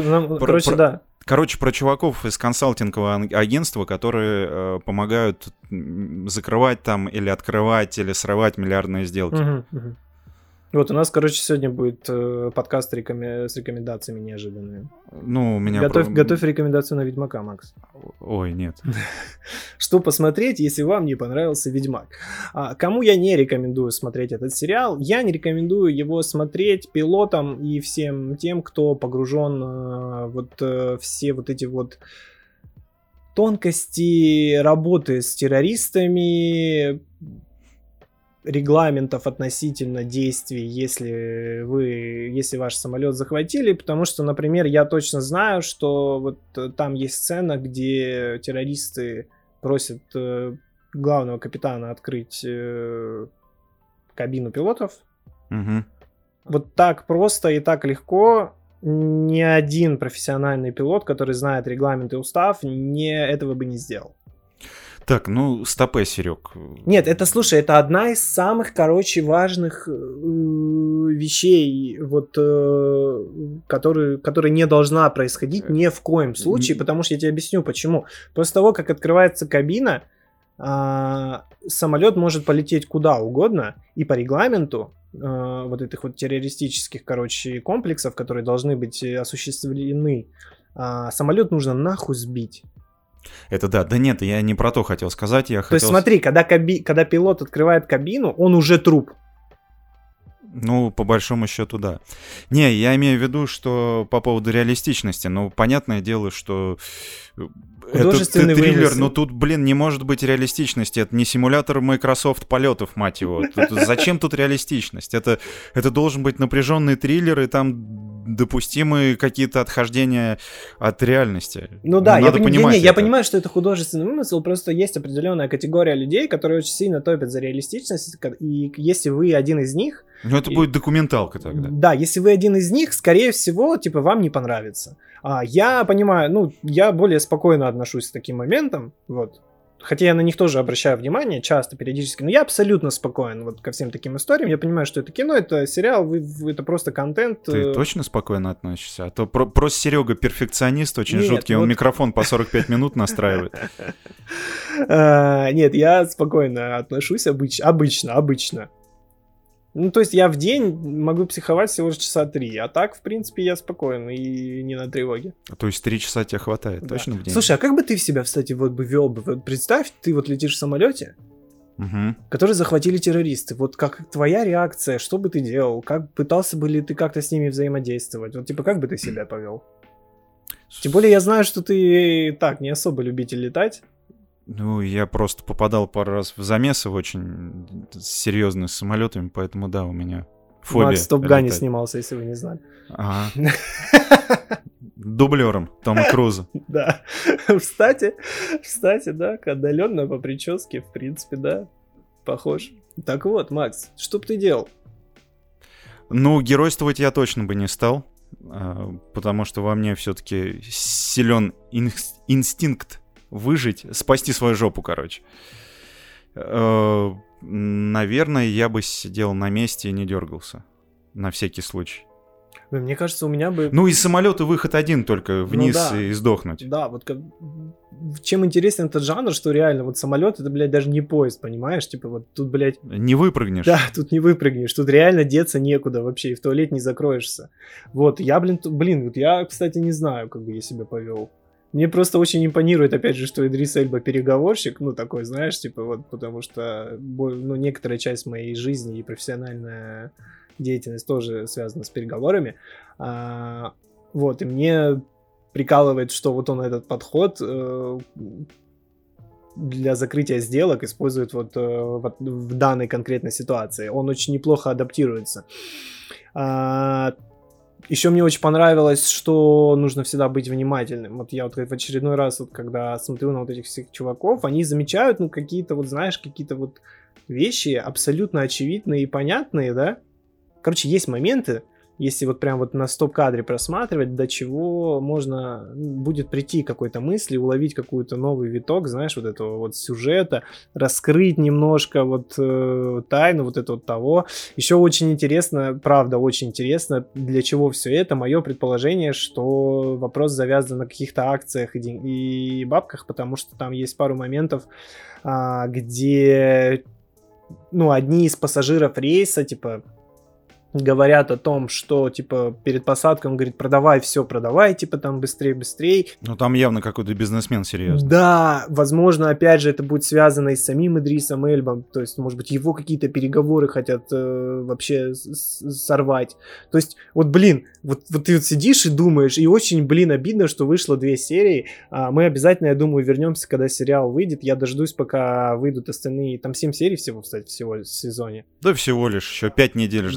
Speaker 2: про чуваков из консалтингового агентства, которые помогают закрывать там или открывать, или срывать миллиардные сделки.
Speaker 1: Вот у нас, сегодня будет подкаст с рекомендациями неожиданными.
Speaker 2: У меня...
Speaker 1: Готовь рекомендацию на Ведьмака, Макс.
Speaker 2: Ой, нет.
Speaker 1: Что посмотреть, если вам не понравился Ведьмак? Кому я не рекомендую смотреть этот сериал? Я не рекомендую его смотреть пилотам и всем тем, кто погружен все эти тонкости работы с террористами, регламентов относительно действий, если ваш самолет захватили, потому что, например, я точно знаю, что там есть сцена, где террористы просят главного капитана открыть кабину пилотов.
Speaker 2: Угу.
Speaker 1: Вот так просто и так легко ни один профессиональный пилот, который знает регламент и устав, этого бы не сделал.
Speaker 2: Так, ну, стопэ, Серег.
Speaker 1: Нет, это, слушай, это одна из самых, важных вещей, вот, которая не должна происходить ни в коем случае, потому что я тебе объясню, почему. После того, как открывается кабина, самолет может полететь куда угодно, и по регламенту вот этих вот террористических, комплексов, которые должны быть осуществлены, самолет нужно нахуй сбить.
Speaker 2: Это да. Да нет, я не про то хотел сказать.
Speaker 1: То есть смотри, когда пилот открывает кабину, он уже труп.
Speaker 2: Ну, по большому счету, да. Не, я имею в виду, что по поводу реалистичности. Ну, понятное дело, что это триллер, вымысел. Но тут, не может быть реалистичности. Это не симулятор Microsoft полетов, мать его. Зачем тут реалистичность? Это должен быть напряженный триллер, и там допустимы какие-то отхождения от реальности.
Speaker 1: Ну да, я понимаю, что это художественный вымысел, просто есть определенная категория людей, которые очень сильно топят за реалистичность, и если вы один из них...
Speaker 2: Ну это будет документалка тогда.
Speaker 1: Да, если вы один из них, скорее всего, вам не понравится. Я понимаю, я более спокойно отношусь к таким моментам, вот. Хотя я на них тоже обращаю внимание, часто, периодически, но я абсолютно спокоен вот ко всем таким историям. Я понимаю, что это кино, это сериал, это просто контент.
Speaker 2: Ты точно спокойно относишься? А то просто Серега перфекционист очень жуткий, он микрофон по 45 минут настраивает.
Speaker 1: Нет, я спокойно отношусь обычно. Ну, то есть я в день могу психовать всего лишь часа 3, а так, в принципе, я спокоен и не на тревоге.
Speaker 2: То есть 3 часа тебе хватает, да. Точно в день?
Speaker 1: Слушай, а как бы ты в себя, кстати, вел бы? Вот представь, ты летишь в самолете, который захватили террористы. Вот как твоя реакция, что бы ты делал? Как пытался бы ли ты как-то с ними взаимодействовать? Вот как бы ты себя повел? Тем более я знаю, что ты не особо любитель летать.
Speaker 2: Ну, я просто попадал пару раз в замесы очень серьезные с самолетами, поэтому да, у меня фобия.
Speaker 1: Макс в Топ Гане снимался, если вы не знали.
Speaker 2: Ага. Дублером Тома Круза.
Speaker 1: Да. Кстати, да, отдаленно по прическе, в принципе, да, похож. Так вот, Макс, что бы ты делал?
Speaker 2: Ну, геройствовать я точно бы не стал, потому что во мне все-таки силен инстинкт выжить, спасти свою жопу, Наверное, я бы сидел на месте и не дергался. На всякий случай.
Speaker 1: Мне кажется, у меня бы...
Speaker 2: Ну, из самолета выход один только, вниз и сдохнуть.
Speaker 1: Да, вот чем интересен этот жанр, что реально вот самолет, это, даже не поезд, понимаешь? Тут,
Speaker 2: Не выпрыгнешь.
Speaker 1: Да, тут не выпрыгнешь, тут реально деться некуда вообще, и в туалет не закроешься. Вот, я, я, кстати, не знаю, как бы я себя повел. Мне просто очень импонирует, опять же, что Идрис Эльба переговорщик, такой, знаешь, потому что, некоторая часть моей жизни и профессиональная деятельность тоже связана с переговорами. Вот, и мне прикалывает, что вот он этот подход для закрытия сделок использует в данной конкретной ситуации. Он очень неплохо адаптируется. Еще мне очень понравилось, что нужно всегда быть внимательным. Вот я в очередной раз, когда смотрю на этих всех чуваков, они замечают, какие-то какие-то вещи абсолютно очевидные и понятные, да? Короче, есть моменты, если прям на стоп-кадре просматривать, до чего можно будет прийти к какой-то мысли, уловить какой-то новый виток, знаешь, этого сюжета, раскрыть немножко тайну этого того. Еще очень интересно, правда, очень интересно, для чего все это. Мое предположение, что вопрос завязан на каких-то акциях и бабках, потому что там есть пару моментов, где, одни из пассажиров рейса, говорят о том, что, перед посадкой он говорит, продавай, там, быстрее.
Speaker 2: Ну, там явно какой-то бизнесмен серьезный.
Speaker 1: Да, возможно, опять же, это будет связано и с самим Идрисом Эльбом, то есть, может быть, его какие-то переговоры хотят вообще сорвать. То есть, ты сидишь и думаешь, и очень, обидно, что вышло 2 серии. Мы обязательно, я думаю, вернемся, когда сериал выйдет. Я дождусь, пока выйдут остальные. Там 7 серий всего, кстати, всего в сезоне.
Speaker 2: Да всего лишь, еще 5 недель ждать.
Speaker 1: Да, еще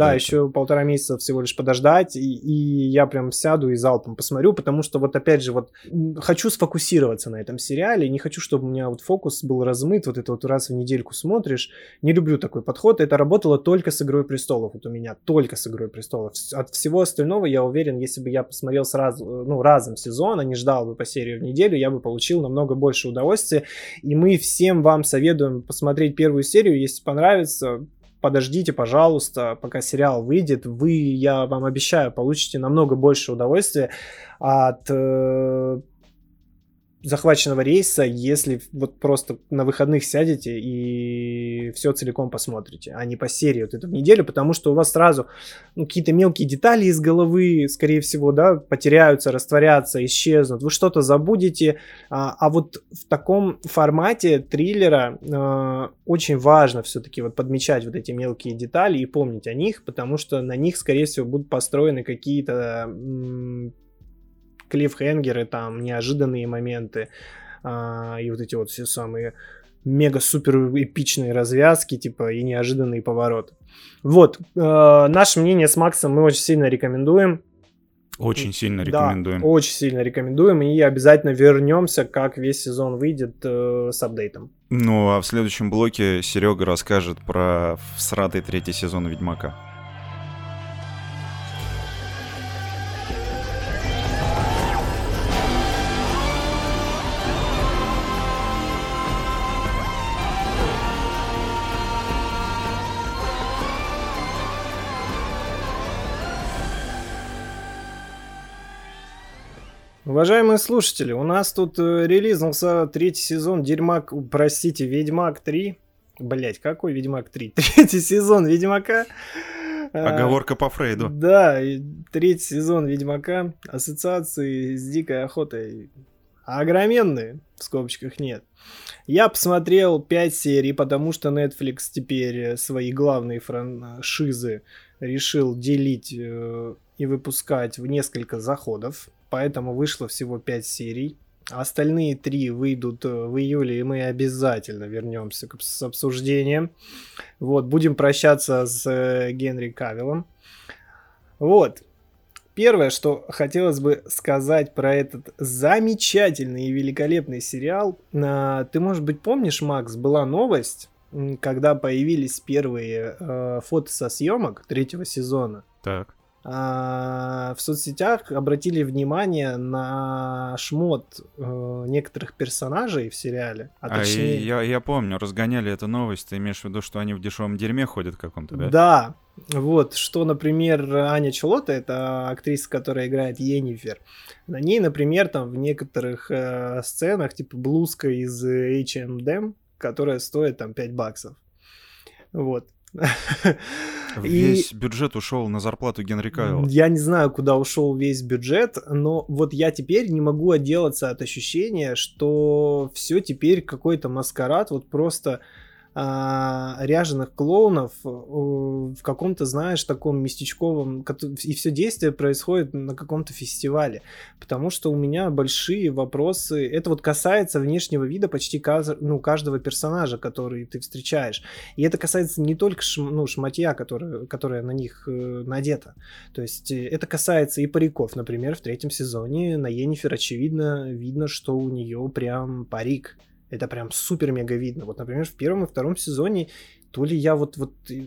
Speaker 1: полтора месяца всего лишь подождать, и я прям сяду и залпом посмотрю, потому что вот опять же вот хочу сфокусироваться на этом сериале, не хочу, чтобы у меня вот фокус был размыт, вот это вот раз в недельку смотришь, не люблю такой подход, это работало только с «Игрой престолов», вот у меня только с «Игрой престолов», от всего остального я уверен, если бы я посмотрел сразу, разом сезон, а не ждал бы по серии в неделю, я бы получил намного больше удовольствия, и мы всем вам советуем посмотреть первую серию, если понравится, подождите, пожалуйста, пока сериал выйдет, я вам обещаю, получите намного больше удовольствия от захваченного рейса, если вот просто на выходных сядете и все целиком посмотрите, а не по серии вот эту неделю, потому что у вас сразу какие-то мелкие детали из головы, скорее всего, да, потеряются, растворятся, исчезнут, вы что-то забудете, а вот в таком формате триллера очень важно все-таки вот подмечать вот эти мелкие детали и помнить о них, потому что на них, скорее всего, будут построены какие-то клиффхенгеры, там, неожиданные моменты, и вот эти вот все самые мега-супер эпичные развязки, типа, и неожиданные повороты. Вот, наше мнение с Максом мы очень сильно рекомендуем.
Speaker 2: Очень сильно рекомендуем.
Speaker 1: Да, очень сильно рекомендуем, и обязательно вернемся, как весь сезон выйдет, с апдейтом.
Speaker 2: Ну, а в следующем блоке Серега расскажет про всратый 3-й сезон Ведьмака.
Speaker 1: Уважаемые слушатели, у нас тут релизнулся 3-й сезон Ведьмак 3. Блять, какой Ведьмак 3? 3-й сезон Ведьмака.
Speaker 2: Оговорка по Фрейду.
Speaker 1: Да, 3-й сезон Ведьмака. Ассоциации с дикой охотой огроменные, в скобочках нет. Я посмотрел 5 серий, потому что Netflix теперь свои главные франшизы решил делить и выпускать в несколько заходов. Поэтому вышло всего 5 серий. Остальные 3 выйдут в июле, и мы обязательно вернемся с обсуждением. Вот, будем прощаться с Генри Кавиллом. Вот. Первое, что хотелось бы сказать про этот замечательный и великолепный сериал. Ты, может быть, помнишь, Макс, была новость, когда появились первые фото со съемок 3-го сезона.
Speaker 2: Так.
Speaker 1: В соцсетях обратили внимание на шмот некоторых персонажей в сериале.
Speaker 2: Точнее... я помню, разгоняли эту новость. Ты имеешь в виду, что они в дешевом дерьме ходят каком-то, да?
Speaker 1: Да. Вот, что, например, Аня Чолота, это актриса, которая играет Йеннифер. На ней, например, там в некоторых сценах, типа блузка из H&M, которая стоит там $5. Вот.
Speaker 2: Весь бюджет ушел на зарплату Генри Кавилла.
Speaker 1: Я не знаю, куда ушел весь бюджет, но вот я теперь не могу отделаться от ощущения, что все теперь какой-то маскарад, вот просто ряженых клоунов в каком-то, знаешь, таком местечковом, и все действие происходит на каком-то фестивале, потому что у меня большие вопросы, это вот касается внешнего вида почти каждого персонажа, который ты встречаешь, и это касается не только шматья, которая на них надета, то есть это касается и париков, например, в 3-м сезоне на Йеннифер очевидно видно, что у нее прям парик. Это прям супер-мега видно. Вот, например, в 1-м и 2-м сезоне то ли я вот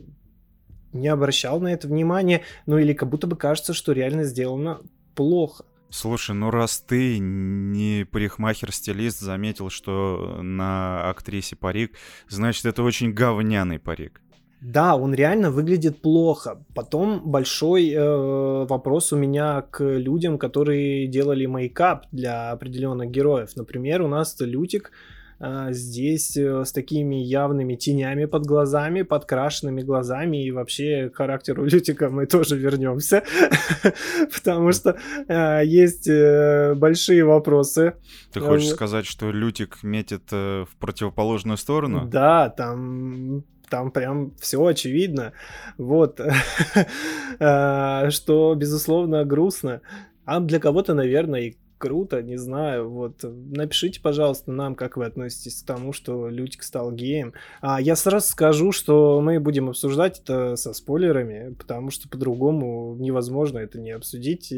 Speaker 1: не обращал на это внимания, ну или как будто бы кажется, что реально сделано плохо.
Speaker 2: Слушай, ну раз ты не парикмахер-стилист заметил, что на актрисе парик, значит, это очень говняный парик.
Speaker 1: Да, он реально выглядит плохо. Потом большой вопрос у меня к людям, которые делали мейкап для определенных героев. Например, у нас Лютик здесь с такими явными тенями под глазами, подкрашенными глазами, и вообще к характеру Лютика мы тоже вернемся, потому что есть большие вопросы.
Speaker 2: Ты хочешь сказать, что Лютик метит в противоположную сторону?
Speaker 1: Да, там прям все очевидно, вот, что, безусловно, грустно, а для кого-то, наверное, и круто, не знаю, вот. Напишите, пожалуйста, нам, как вы относитесь к тому, что Лютик стал геем. Я сразу скажу, что мы будем обсуждать это со спойлерами, потому что по-другому невозможно это не обсудить.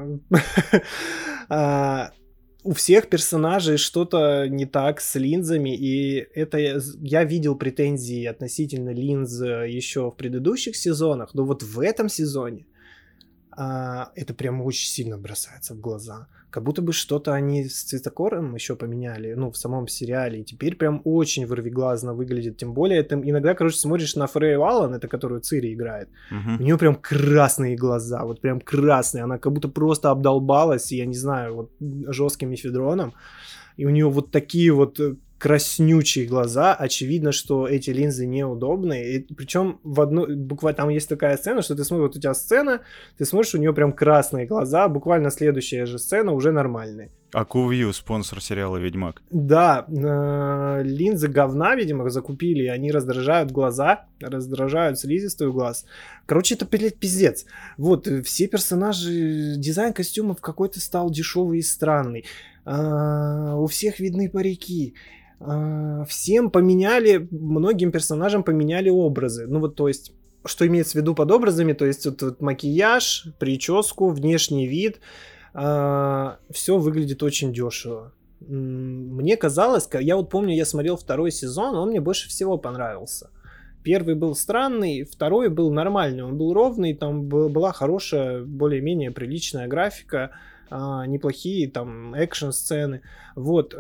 Speaker 1: У всех персонажей что-то не так с линзами, и это я видел претензии относительно линз еще в предыдущих сезонах, но вот в этом сезоне это прям очень сильно бросается в глаза. Как будто бы что-то они с цветокором еще поменяли, ну, в самом сериале, и теперь прям очень вырвиглазно выглядит. Тем более, ты иногда, короче, смотришь на Фрею Аллан, это которую Цири играет, у нее прям красные глаза, вот прям красные, она как будто просто обдолбалась, я не знаю, вот жестким мефедроном, и у нее вот такие вот краснючие глаза, очевидно, что эти линзы неудобные, и причем буквально там есть такая сцена, что ты смотришь, вот у тебя сцена, ты смотришь, у нее прям красные глаза, буквально следующая же сцена уже нормальные.
Speaker 2: AcuView, спонсор сериала «Ведьмак».
Speaker 1: Да, линзы говна, видимо, закупили, и они раздражают глаза, раздражают слизистую глаз. Короче, это, блядь, пиздец. Вот, все персонажи, дизайн костюмов какой-то стал дешевый и странный. У всех видны парики. Всем поменяли, многим персонажам поменяли образы. Ну вот, то есть, что имеется в виду под образами, то есть вот макияж, прическу, внешний вид, все выглядит очень дешево. Мне казалось, я вот помню, я смотрел второй сезон, он мне больше всего понравился. Первый был странный, второй был нормальный, он был ровный, там была хорошая, более-менее приличная графика, неплохие там экшн-сцены. Вот.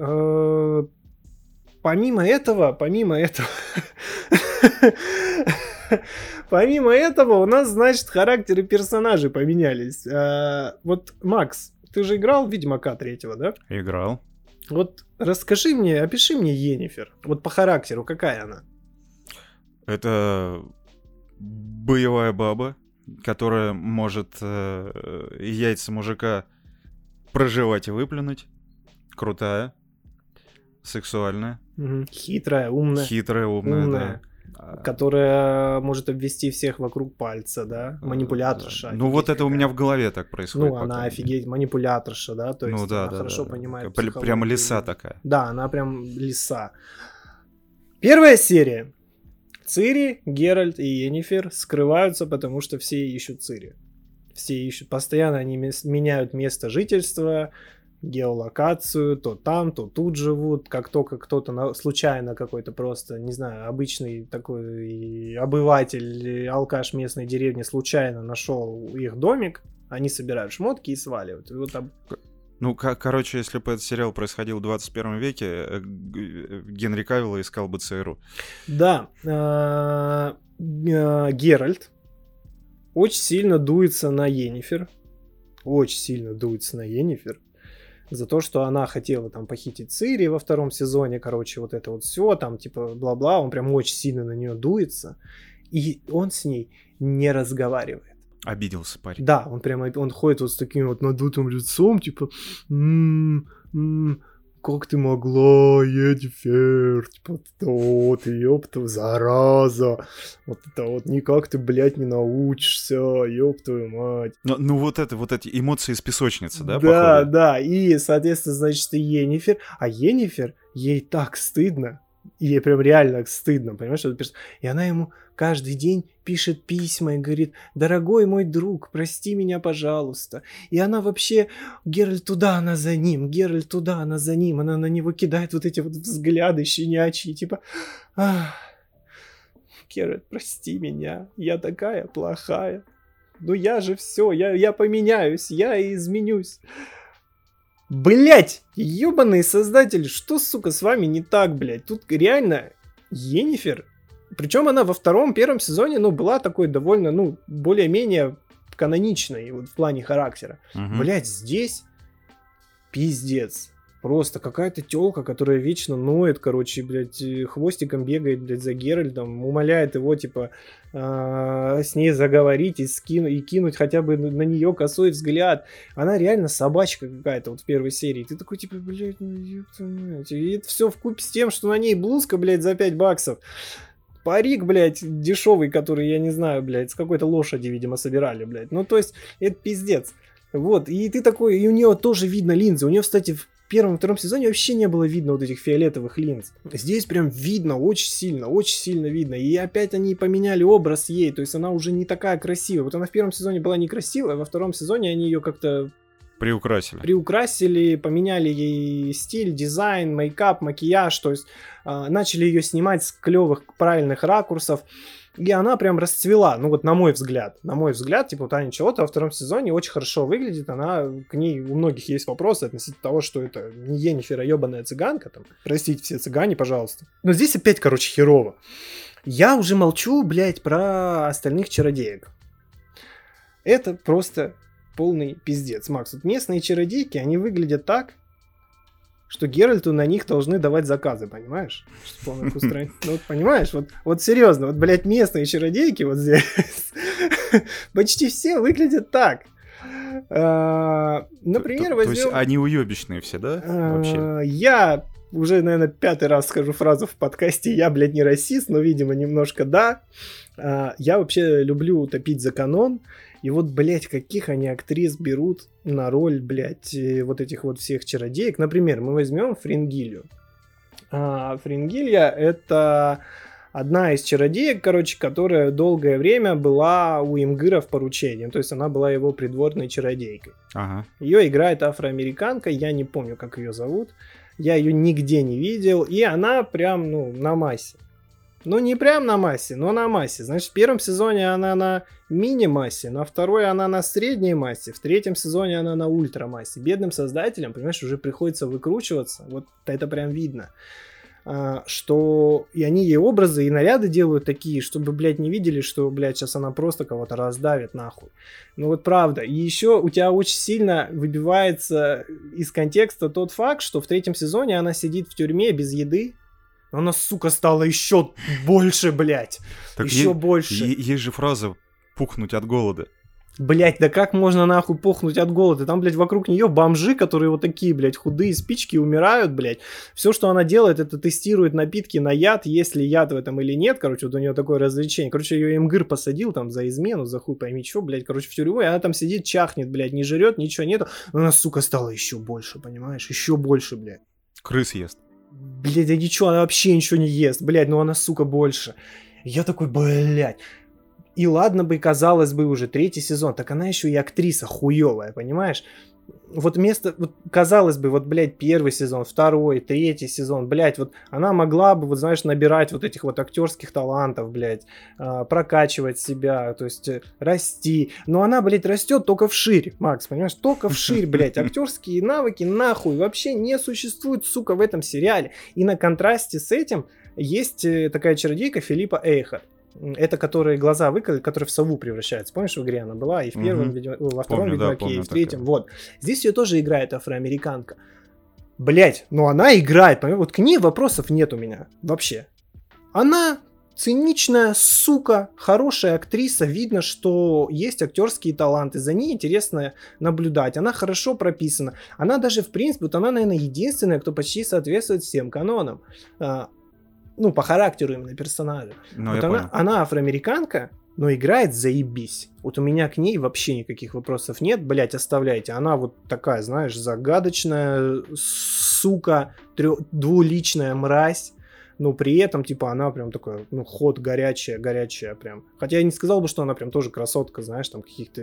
Speaker 1: Помимо этого, у нас, значит, характеры персонажей поменялись. Вот, Макс, ты же играл в Ведьмака 3-го, да?
Speaker 2: Играл.
Speaker 1: Вот расскажи мне, опиши мне Йеннифер. Вот по характеру, какая она?
Speaker 2: Это боевая баба, которая может яйца мужика прожевать и выплюнуть. Крутая. Сексуальная.
Speaker 1: Хитрая, умная. Да. Которая может обвести всех вокруг пальца, да? Манипуляторша.
Speaker 2: Ну вот это у меня в голове так происходит.
Speaker 1: Ну она офигеть, манипуляторша, да? То есть она хорошо понимает психологию.
Speaker 2: Прямо лиса такая.
Speaker 1: Да, она прям лиса. Первая серия. Цири, Геральт и Йеннифер скрываются, потому что все ищут Цири. Все ищут. Постоянно они меняют место жительства, геолокацию, то там, то тут живут. Как только кто-то случайно какой-то просто, не знаю, обычный такой обыватель, алкаш местной деревни случайно нашел их домик, они собирают шмотки и сваливают. И вот там...
Speaker 2: Ну, короче, если бы этот сериал происходил в 21 веке, Генри Кавилл искал бы ЦРУ. Да.
Speaker 1: Геральт очень сильно дуется на Йеннифер. За то, что она хотела там похитить Цири во втором сезоне. Короче, вот это вот все, там типа бла-бла. Он прям очень сильно на нее дуется. И он с ней не разговаривает.
Speaker 2: Обиделся парень.
Speaker 1: Да, он ходит вот с таким вот надутым лицом, типа, как ты могла, Йеннифер, типа, вот, ёпта, зараза, вот это вот, никак ты, блядь, не научишься, ёб твою мать.
Speaker 2: Ну вот эти эмоции из песочницы, да,
Speaker 1: Да, походу? Да, и, соответственно, значит, и Йеннифер, ей так стыдно, ей прям реально стыдно, понимаешь? И она ему каждый день пишет письма и говорит: дорогой мой друг, прости меня, пожалуйста. И она вообще, Геральт туда, она за ним, она на него кидает вот эти вот взгляды щенячьи, типа: Геральт, прости меня, я такая плохая. Ну я же все, я поменяюсь, я изменюсь. Блять, ебаный создатель, что, сука, с вами не так, блять? Тут реально Йеннифер, причем она во первом сезоне, ну, была такой довольно, ну, более-менее каноничной вот в плане характера. Блять, здесь пиздец. Просто какая-то тёлка, которая вечно ноет, короче, блядь, хвостиком бегает, блядь, за Геральтом, умоляет его, типа, с ней заговорить и кинуть хотя бы на нее косой взгляд. Она реально собачка какая-то вот в первой серии. Ты такой, типа, блядь, ну ёпта мать. И это все вкупе с тем, что на ней блузка, блядь, за $5. Парик, блядь, дешевый, который, я не знаю, блядь, с какой-то лошади, видимо, собирали, блядь. Ну, то есть, это пиздец. Вот, и ты такой, и у нее тоже видно линзы. У нее, кстати, в первом и втором сезоне вообще не было видно вот этих фиолетовых линз. Здесь прям видно, очень сильно видно. И опять они поменяли образ ей, то есть она уже не такая красивая. Вот она в первом сезоне была некрасивая, во втором сезоне они ее как-то приукрасили, поменяли ей стиль, дизайн, мейкап, макияж, то есть начали ее снимать с клевых, правильных ракурсов. И она прям расцвела, ну вот на мой взгляд, типа вот Аня Челота во втором сезоне очень хорошо выглядит, она, к ней у многих есть вопросы относительно того, что это не Йеннифер, а ебаная цыганка, там, простите все цыгане, пожалуйста. Но здесь опять, короче, херово. Я уже молчу, блядь, про остальных чародеек. Это просто полный пиздец, Макс. Вот местные чародейки, они выглядят так, что Геральту на них должны давать заказы, понимаешь? Ну, вот, понимаешь? Вот серьезно, вот, блядь, местные чародейки вот здесь почти все выглядят так. Например, возьмем...
Speaker 2: То есть они уебищные все, да? Вообще?
Speaker 1: Я уже, наверное, 5-й раз скажу фразу в подкасте, я, блядь, не расист, но, видимо, немножко да. Я вообще люблю топить за канон. И вот, блядь, каких они актрис берут на роль, блядь, вот этих вот всех чародеек. Например, мы возьмем Фрингилью. Фрингилья — это одна из чародеек, короче, которая долгое время была у Имгыра в поручении. То есть она была его придворной чародейкой.
Speaker 2: Ага.
Speaker 1: Ее играет афроамериканка, я не помню, как ее зовут. Я ее нигде не видел. И она прям, ну, на массе. Ну, не прям на массе, но на массе. Значит, в первом сезоне она на мини-массе, на второй она на средней массе, в третьем сезоне она на ультра-массе. Бедным создателям, понимаешь, уже приходится выкручиваться. Вот это прям видно. Что и они ей образы и наряды делают такие, чтобы, блядь, не видели, что, блядь, сейчас она просто кого-то раздавит нахуй. Ну вот правда. И еще у тебя очень сильно выбивается из контекста тот факт, что в третьем сезоне она сидит в тюрьме без еды. Она, сука, стала еще больше, блядь. Так еще больше.
Speaker 2: Есть же фраза «пухнуть от голода».
Speaker 1: Блядь, да как можно нахуй пухнуть от голода? Там, блядь, вокруг нее бомжи, которые вот такие, блядь, худые спички, умирают, блядь. Все, что она делает, это тестирует напитки на яд, есть ли яд в этом или нет. Короче, вот у нее такое развлечение. Короче, ее Имгыр посадил там за измену, за хуй пойми что, блядь. Короче, в тюрьму, и она там сидит, чахнет, блядь, не жрет, ничего нету. Но она, сука, стала еще больше, понимаешь? Еще больше, блядь.
Speaker 2: Крыс ест.
Speaker 1: Блядь, а ничего, она вообще ничего не ест. Блядь, ну она, сука, больше. Я такой, блядь. И ладно бы, казалось бы, уже третий сезон, так она еще и актриса хуевая, понимаешь? Вот казалось бы, вот, блядь, первый сезон, второй, третий сезон, блядь, вот она могла бы, вот, знаешь, набирать вот этих вот актерских талантов, блядь, прокачивать себя, то есть расти. Но она, блядь, растет только вширь, Макс, понимаешь? Только вширь, блядь. Актерские навыки нахуй вообще не существуют, сука, в этом сериале. И на контрасте с этим есть такая чародейка Филиппа Эйхард. Это которые глаза выколи, которые в сову превращаются. Помнишь, в игре она была? И в первом, во втором Ведьмаке, и в третьем. Вот. Здесь ее тоже играет афроамериканка. Блять, ну она играет. Вот к ней вопросов нет у меня. Вообще. Она циничная, сука, хорошая актриса. Видно, что есть актерские таланты. За ней интересно наблюдать. Она хорошо прописана. Она даже, в принципе, вот она, наверное, единственная, кто почти соответствует всем канонам. Ну, по характеру именно персонажа.
Speaker 2: Ну,
Speaker 1: вот она афроамериканка, но играет заебись. Вот у меня к ней вообще никаких вопросов нет. Блять, оставляйте. Она вот такая, знаешь, загадочная, сука, двуличная мразь. Но при этом, типа, она прям такая, ну, ход горячая прям. Хотя я не сказал бы, что она прям тоже красотка, знаешь, там каких-то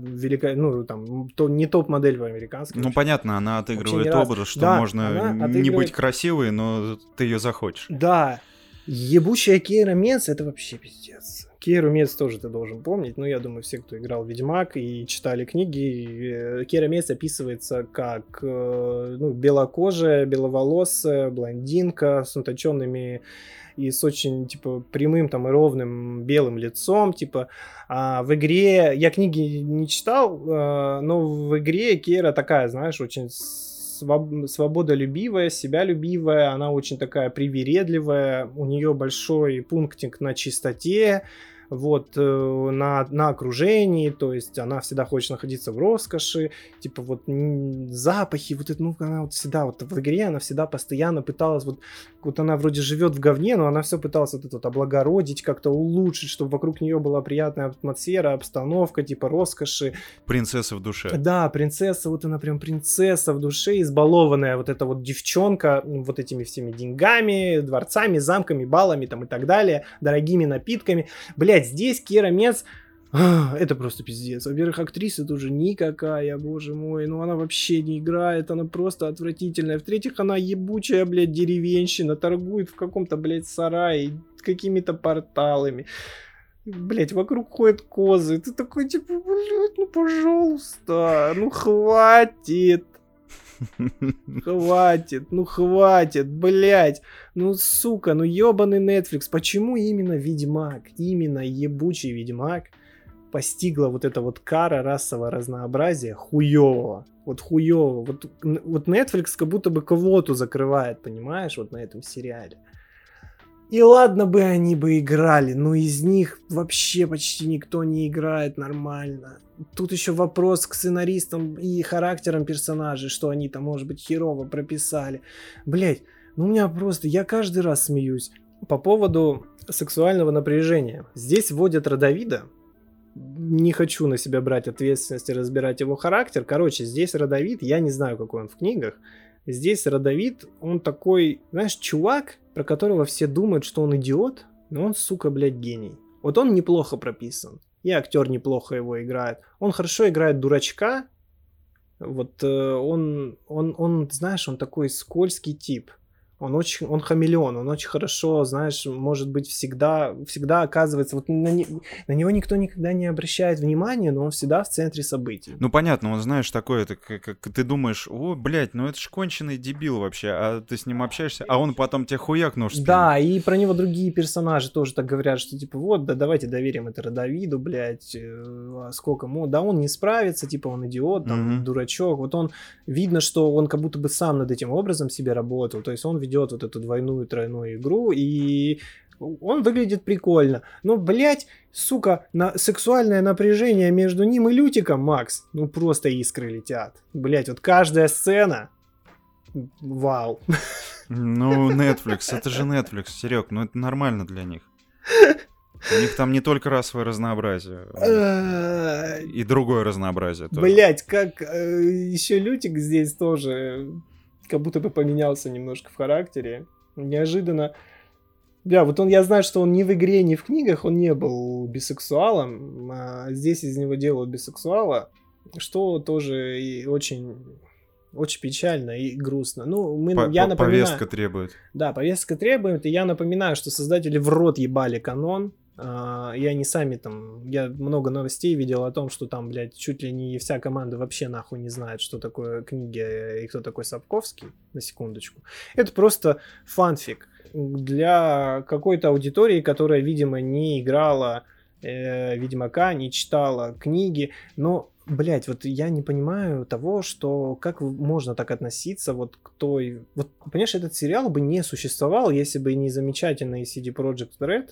Speaker 1: ну, там, не топ-модель по-американски.
Speaker 2: Ну, понятно, она отыгрывает образ, что да, можно не быть красивой, но ты ее захочешь.
Speaker 1: Да. Ебучая Кейра Мец, это вообще пиздец. Кейру Мец тоже ты должен помнить. Ну, я думаю, все, кто играл в Ведьмак и читали книги, Кейра Мец описывается как белокожая, беловолосая, блондинка с утонченными и с очень, типа, прямым там и ровным белым лицом, типа. А в игре, я книги не читал, но в игре Кейра такая, знаешь, очень свободолюбивая, себялюбивая, она очень такая привередливая, у нее большой пунктик на чистоте, вот, на окружении, то есть она всегда хочет находиться в роскоши, типа вот запахи, вот это, ну, она вот всегда, вот в игре она всегда постоянно пыталась, вот она вроде живет в говне, но она все пыталась вот это вот облагородить, как-то улучшить, чтобы вокруг нее была приятная атмосфера, обстановка, типа роскоши.
Speaker 2: Принцесса в душе.
Speaker 1: Да, принцесса, вот она прям принцесса в душе, избалованная вот эта вот девчонка вот этими всеми деньгами, дворцами, замками, балами там и так далее, дорогими напитками. Блять, здесь Кира Мец, это просто пиздец. Во-первых, актриса тоже никакая, боже мой, ну она вообще не играет, она просто отвратительная. В-третьих, она ебучая, блядь, деревенщина, торгует в каком-то, блядь, сарае какими-то порталами. Блять, вокруг ходят козы. Ты такой, типа, блядь, ну пожалуйста, ну хватит. Хватит, блять. Ну, сука, ну ебаный Netflix. Почему именно Ведьмак, именно ебучий Ведьмак постигла вот эта вот кара расового разнообразия хуёвого? Вот хуёво. Вот Netflix как будто бы квоту закрывает, понимаешь, вот на этом сериале. И ладно бы они бы играли, но из них вообще почти никто не играет нормально. Тут еще вопрос к сценаристам и характерам персонажей, что они там, может быть, херово прописали. Блять, ну у меня просто, я каждый раз смеюсь по поводу сексуального напряжения. Здесь вводят Родовида. Не хочу на себя брать ответственность и разбирать его характер. Короче, здесь Родовид, я не знаю, какой он в книгах. Здесь Родовид, он такой, знаешь, чувак, про которого все думают, что он идиот, но он, сука, блядь, гений. Вот он неплохо прописан, и актер неплохо его играет. Он хорошо играет дурачка, вот он, знаешь, он такой скользкий тип. Он хамелеон, он очень хорошо, знаешь, может быть, всегда оказывается, вот на него никто никогда не обращает внимания, но он всегда в центре событий.
Speaker 2: Ну, понятно, он, знаешь, такое, это как ты думаешь, о, блядь, ну это ж конченый дебил вообще, а ты с ним общаешься, а он потом тебя хуяк нож спинит.
Speaker 1: Да, и про него другие персонажи тоже так говорят, что типа вот, да давайте доверим это Родовиду, блядь, сколько ему, да он не справится, типа он идиот, там, дурачок, вот он, видно, что он как будто бы сам над этим образом себе работал, то есть он ведет вот эту двойную, тройную игру, и он выглядит прикольно. Но, блядь, сука, сексуальное напряжение между ним и Лютиком, Макс, ну просто искры летят. Блядь, вот каждая сцена, вау.
Speaker 2: Ну, Netflix, это же Netflix, Серег, ну это нормально для них. У них там не только расовое разнообразие, и другое разнообразие тоже.
Speaker 1: Блять, как еще Лютик здесь тоже как будто бы поменялся немножко в характере. Неожиданно. Да, вот я знаю, что он ни в игре, ни в книгах он не был бисексуалом. А здесь из него делают бисексуала, что тоже и очень, очень печально и грустно. Ну, я напоминаю...
Speaker 2: Повестка требует.
Speaker 1: Да, повестка требует, и я напоминаю, что создатели в рот ебали канон. И они сами там, я много новостей видел о том, что там, блядь, чуть ли не вся команда вообще нахуй не знает, что такое книги и кто такой Сапковский, на секундочку. Это просто фанфик для какой-то аудитории, которая, видимо, не играла Ведьмака, не читала книги, но, блядь, вот я не понимаю того, что как можно так относиться вот к той... Вот, понимаешь, этот сериал бы не существовал, если бы не замечательный CD Projekt Red,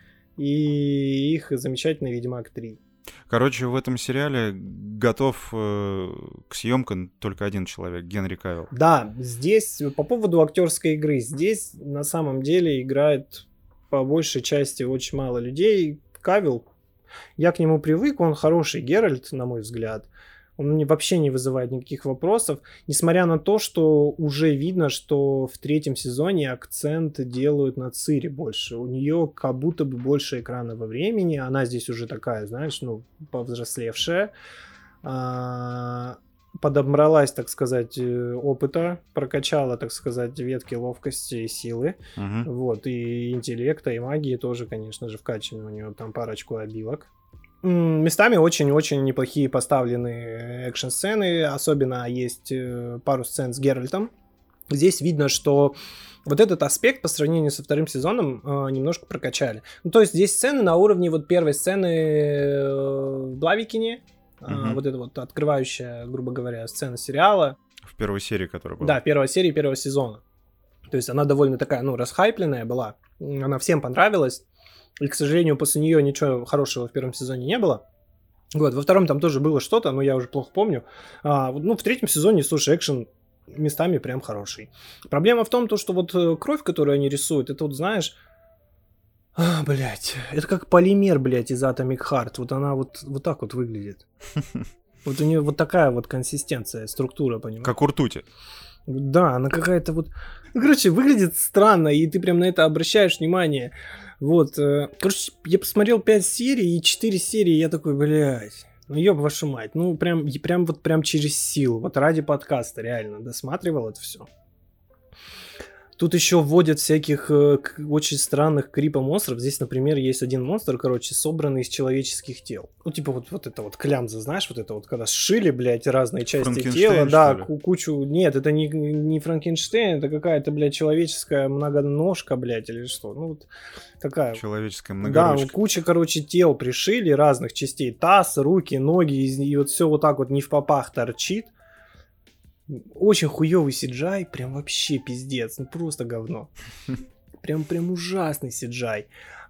Speaker 1: и их замечательный Ведьмак 3.
Speaker 2: Короче, в этом сериале готов к съемкам только один человек, Генри Кавилл.
Speaker 1: Да, здесь, по поводу актерской игры, здесь на самом деле играет по большей части очень мало людей. Кавилл, я к нему привык, он хороший Геральт, на мой взгляд. Он вообще не вызывает никаких вопросов, несмотря на то, что уже видно, что в третьем сезоне акцент делают на Цири больше. У нее как будто бы больше экранного времени, она здесь уже такая, знаешь, ну, повзрослевшая, подобралась, так сказать, опыта, прокачала, так сказать, ветки ловкости и силы, вот, и интеллекта, и магии тоже, конечно же, вкачаны у нее там парочку обилок. Местами очень-очень неплохие поставлены экшн-сцены, особенно есть пару сцен с Геральтом. Здесь видно, что вот этот аспект по сравнению со вторым сезоном немножко прокачали. Ну, то есть здесь сцены на уровне вот первой сцены в Блавикине, вот эта вот открывающая, грубо говоря, сцена сериала.
Speaker 2: В первой серии, которая была.
Speaker 1: Да, первая серия первого сезона. То есть она довольно такая, ну, расхайпленная была, она всем понравилась. И, к сожалению, после нее ничего хорошего в первом сезоне не было. Вот, во втором там тоже было что-то, но я уже плохо помню. В третьем сезоне, слушай, экшен местами прям хороший. Проблема в том, что вот кровь, которую они рисуют, это вот, знаешь... это как полимер, блядь, из Atomic Heart. Вот она вот так вот выглядит. Вот у нее вот такая вот консистенция, структура, понимаешь?
Speaker 2: Как у ртути.
Speaker 1: Да, она какая-то вот... выглядит странно, и ты прям на это обращаешь внимание. Вот. Я посмотрел 5 серий, и 4 серии, я такой, блядь, ну ёб вашу мать. Ну, прям через силу. Вот ради подкаста, реально, досматривал это все. Тут еще вводят всяких очень странных крипомонстров. Здесь, например, есть один монстр, собранный из человеческих тел. Ну, типа вот это вот клямза, знаешь, вот это вот, когда сшили, блядь, разные части тела. Да, кучу... Нет, это не Франкенштейн, это какая-то, блядь, человеческая многоножка, блядь, или что. Ну, вот такая.
Speaker 2: Человеческая многоручка.
Speaker 1: Да, куча, тел пришили разных частей. Таз, руки, ноги, и вот все вот так вот не в попах торчит. Очень хуёвый CGI, прям вообще пиздец, ну просто говно. Прям ужасный CGI.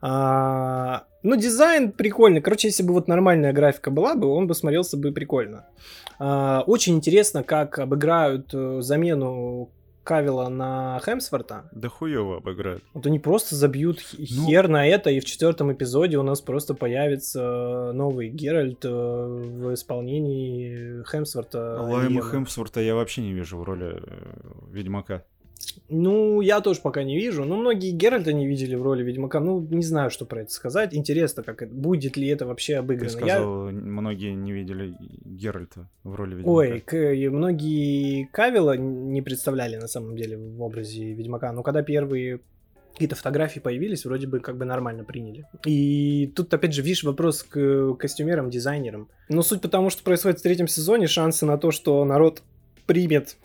Speaker 1: Дизайн прикольный. Если бы вот нормальная графика была бы, он бы смотрелся бы прикольно. Очень интересно, как обыграют замену Кавилла на Хемсворта.
Speaker 2: Да хуёво обыграют.
Speaker 1: Вот они просто забьют хер на это, и в 4-м эпизоде у нас просто появится новый Геральт в исполнении Хемсворта.
Speaker 2: Лайма Хемсворта я вообще не вижу в роли Ведьмака.
Speaker 1: Ну, я тоже пока не вижу. Но многие Геральта не видели в роли Ведьмака. Ну, не знаю, что про это сказать. Интересно, будет ли это вообще обыграно.
Speaker 2: Ты сказал, многие не видели Геральта в роли Ведьмака.
Speaker 1: Ой, многие Кавилла не представляли на самом деле в образе Ведьмака. Но когда первые какие-то фотографии появились, вроде бы нормально приняли. И тут, опять же, видишь, вопрос к костюмерам, дизайнерам. Но суть потому, что происходит в 3-м сезоне, шансы на то, что народ примет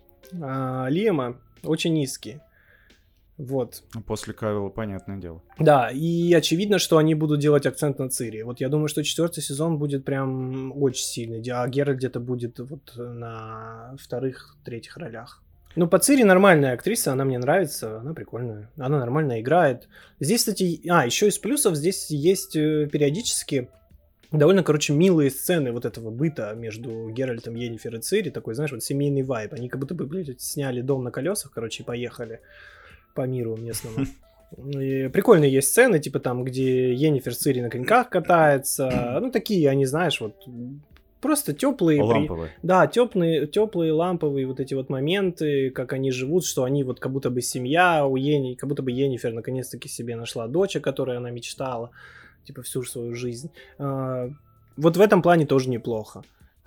Speaker 1: Лиама, очень низкие. Вот.
Speaker 2: После Кавилла, понятное дело.
Speaker 1: Да, и очевидно, что они будут делать акцент на Цири. Вот я думаю, что 4-й сезон будет прям очень сильный, а Геральт где-то будет вот на 2-3 ролях. Ну, по Цири нормальная актриса, она мне нравится, она прикольная, она нормально играет. Здесь, кстати, еще из плюсов, здесь есть периодически довольно, милые сцены вот этого быта между Геральтом, Йеннифер и Цири, такой, знаешь, вот семейный вайб. Они как будто бы, блядь, сняли дом на колесах, и поехали по миру местному. И прикольные есть сцены, типа там, где Йеннифер с Цири на коньках катается. Ну, такие, они, знаешь, вот просто теплые.
Speaker 2: Ламповые.
Speaker 1: Да, теплые ламповые вот эти вот моменты, как они живут, что они вот как будто бы семья у как будто бы Йеннифер наконец-таки себе нашла дочь, о которой она мечтала. Типа всю свою жизнь. Вот в этом плане тоже неплохо.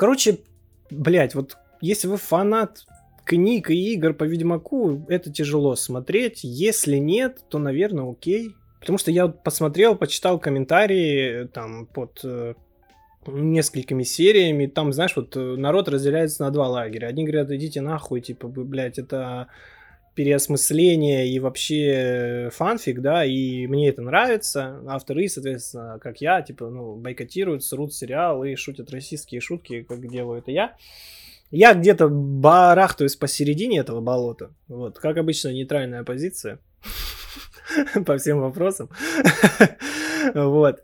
Speaker 1: Блять, вот если вы фанат книг и игр по Ведьмаку, это тяжело смотреть. Если нет, то, наверное, окей. Потому что я посмотрел, почитал комментарии там под несколькими сериями. Там, знаешь, вот народ разделяется на 2 лагеря. Одни говорят, идите нахуй, типа, блять, это переосмысление и вообще фанфик, да, и мне это нравится. А вторые, соответственно, как я, типа, бойкотируют, срут сериал и шутят российские шутки, как делаю это я. Я где-то барахтаюсь посередине этого болота. Вот, как обычно, нейтральная позиция по всем вопросам. Вот.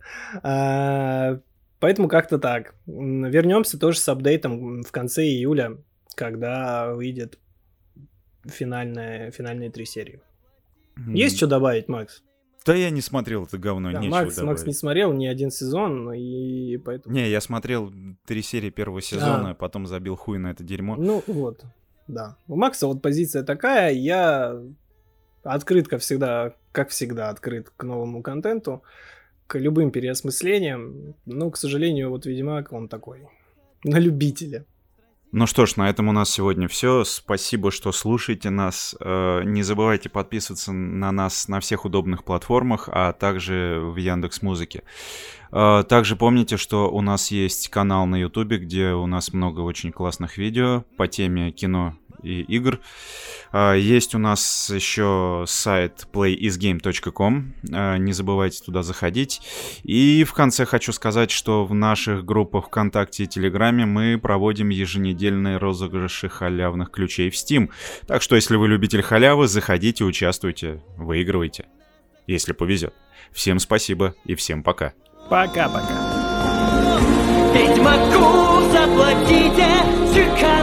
Speaker 1: Поэтому как-то так. Вернемся тоже с апдейтом в конце июля, когда выйдет финальные 3 серии. Есть что добавить, Макс?
Speaker 2: Да я не смотрел это говно,
Speaker 1: да,
Speaker 2: нечего добавить.
Speaker 1: Макс не смотрел ни один сезон, и поэтому...
Speaker 2: Не, я смотрел 3 серии первого сезона, потом забил хуй на это дерьмо.
Speaker 1: Ну вот, да. У Макса вот позиция такая, я открыт как всегда открыт к новому контенту, к любым переосмыслениям, но, к сожалению, вот Ведьмак, он такой, на любителя.
Speaker 2: Ну что ж, на этом у нас сегодня все. Спасибо, что слушаете нас. Не забывайте подписываться на нас на всех удобных платформах, а также в Яндекс.Музыке. Также помните, что у нас есть канал на Ютубе, где у нас много очень классных видео по теме кино и игр. Есть у нас еще сайт playisgame.com. Не забывайте туда заходить. И в конце хочу сказать, что в наших группах ВКонтакте и Телеграме мы проводим еженедельные розыгрыши халявных ключей в Steam. Так что, если вы любитель халявы, заходите, участвуйте, выигрывайте, если повезет. Всем спасибо и всем пока.
Speaker 1: Пока-пока.
Speaker 3: Ведьмаку заплатите,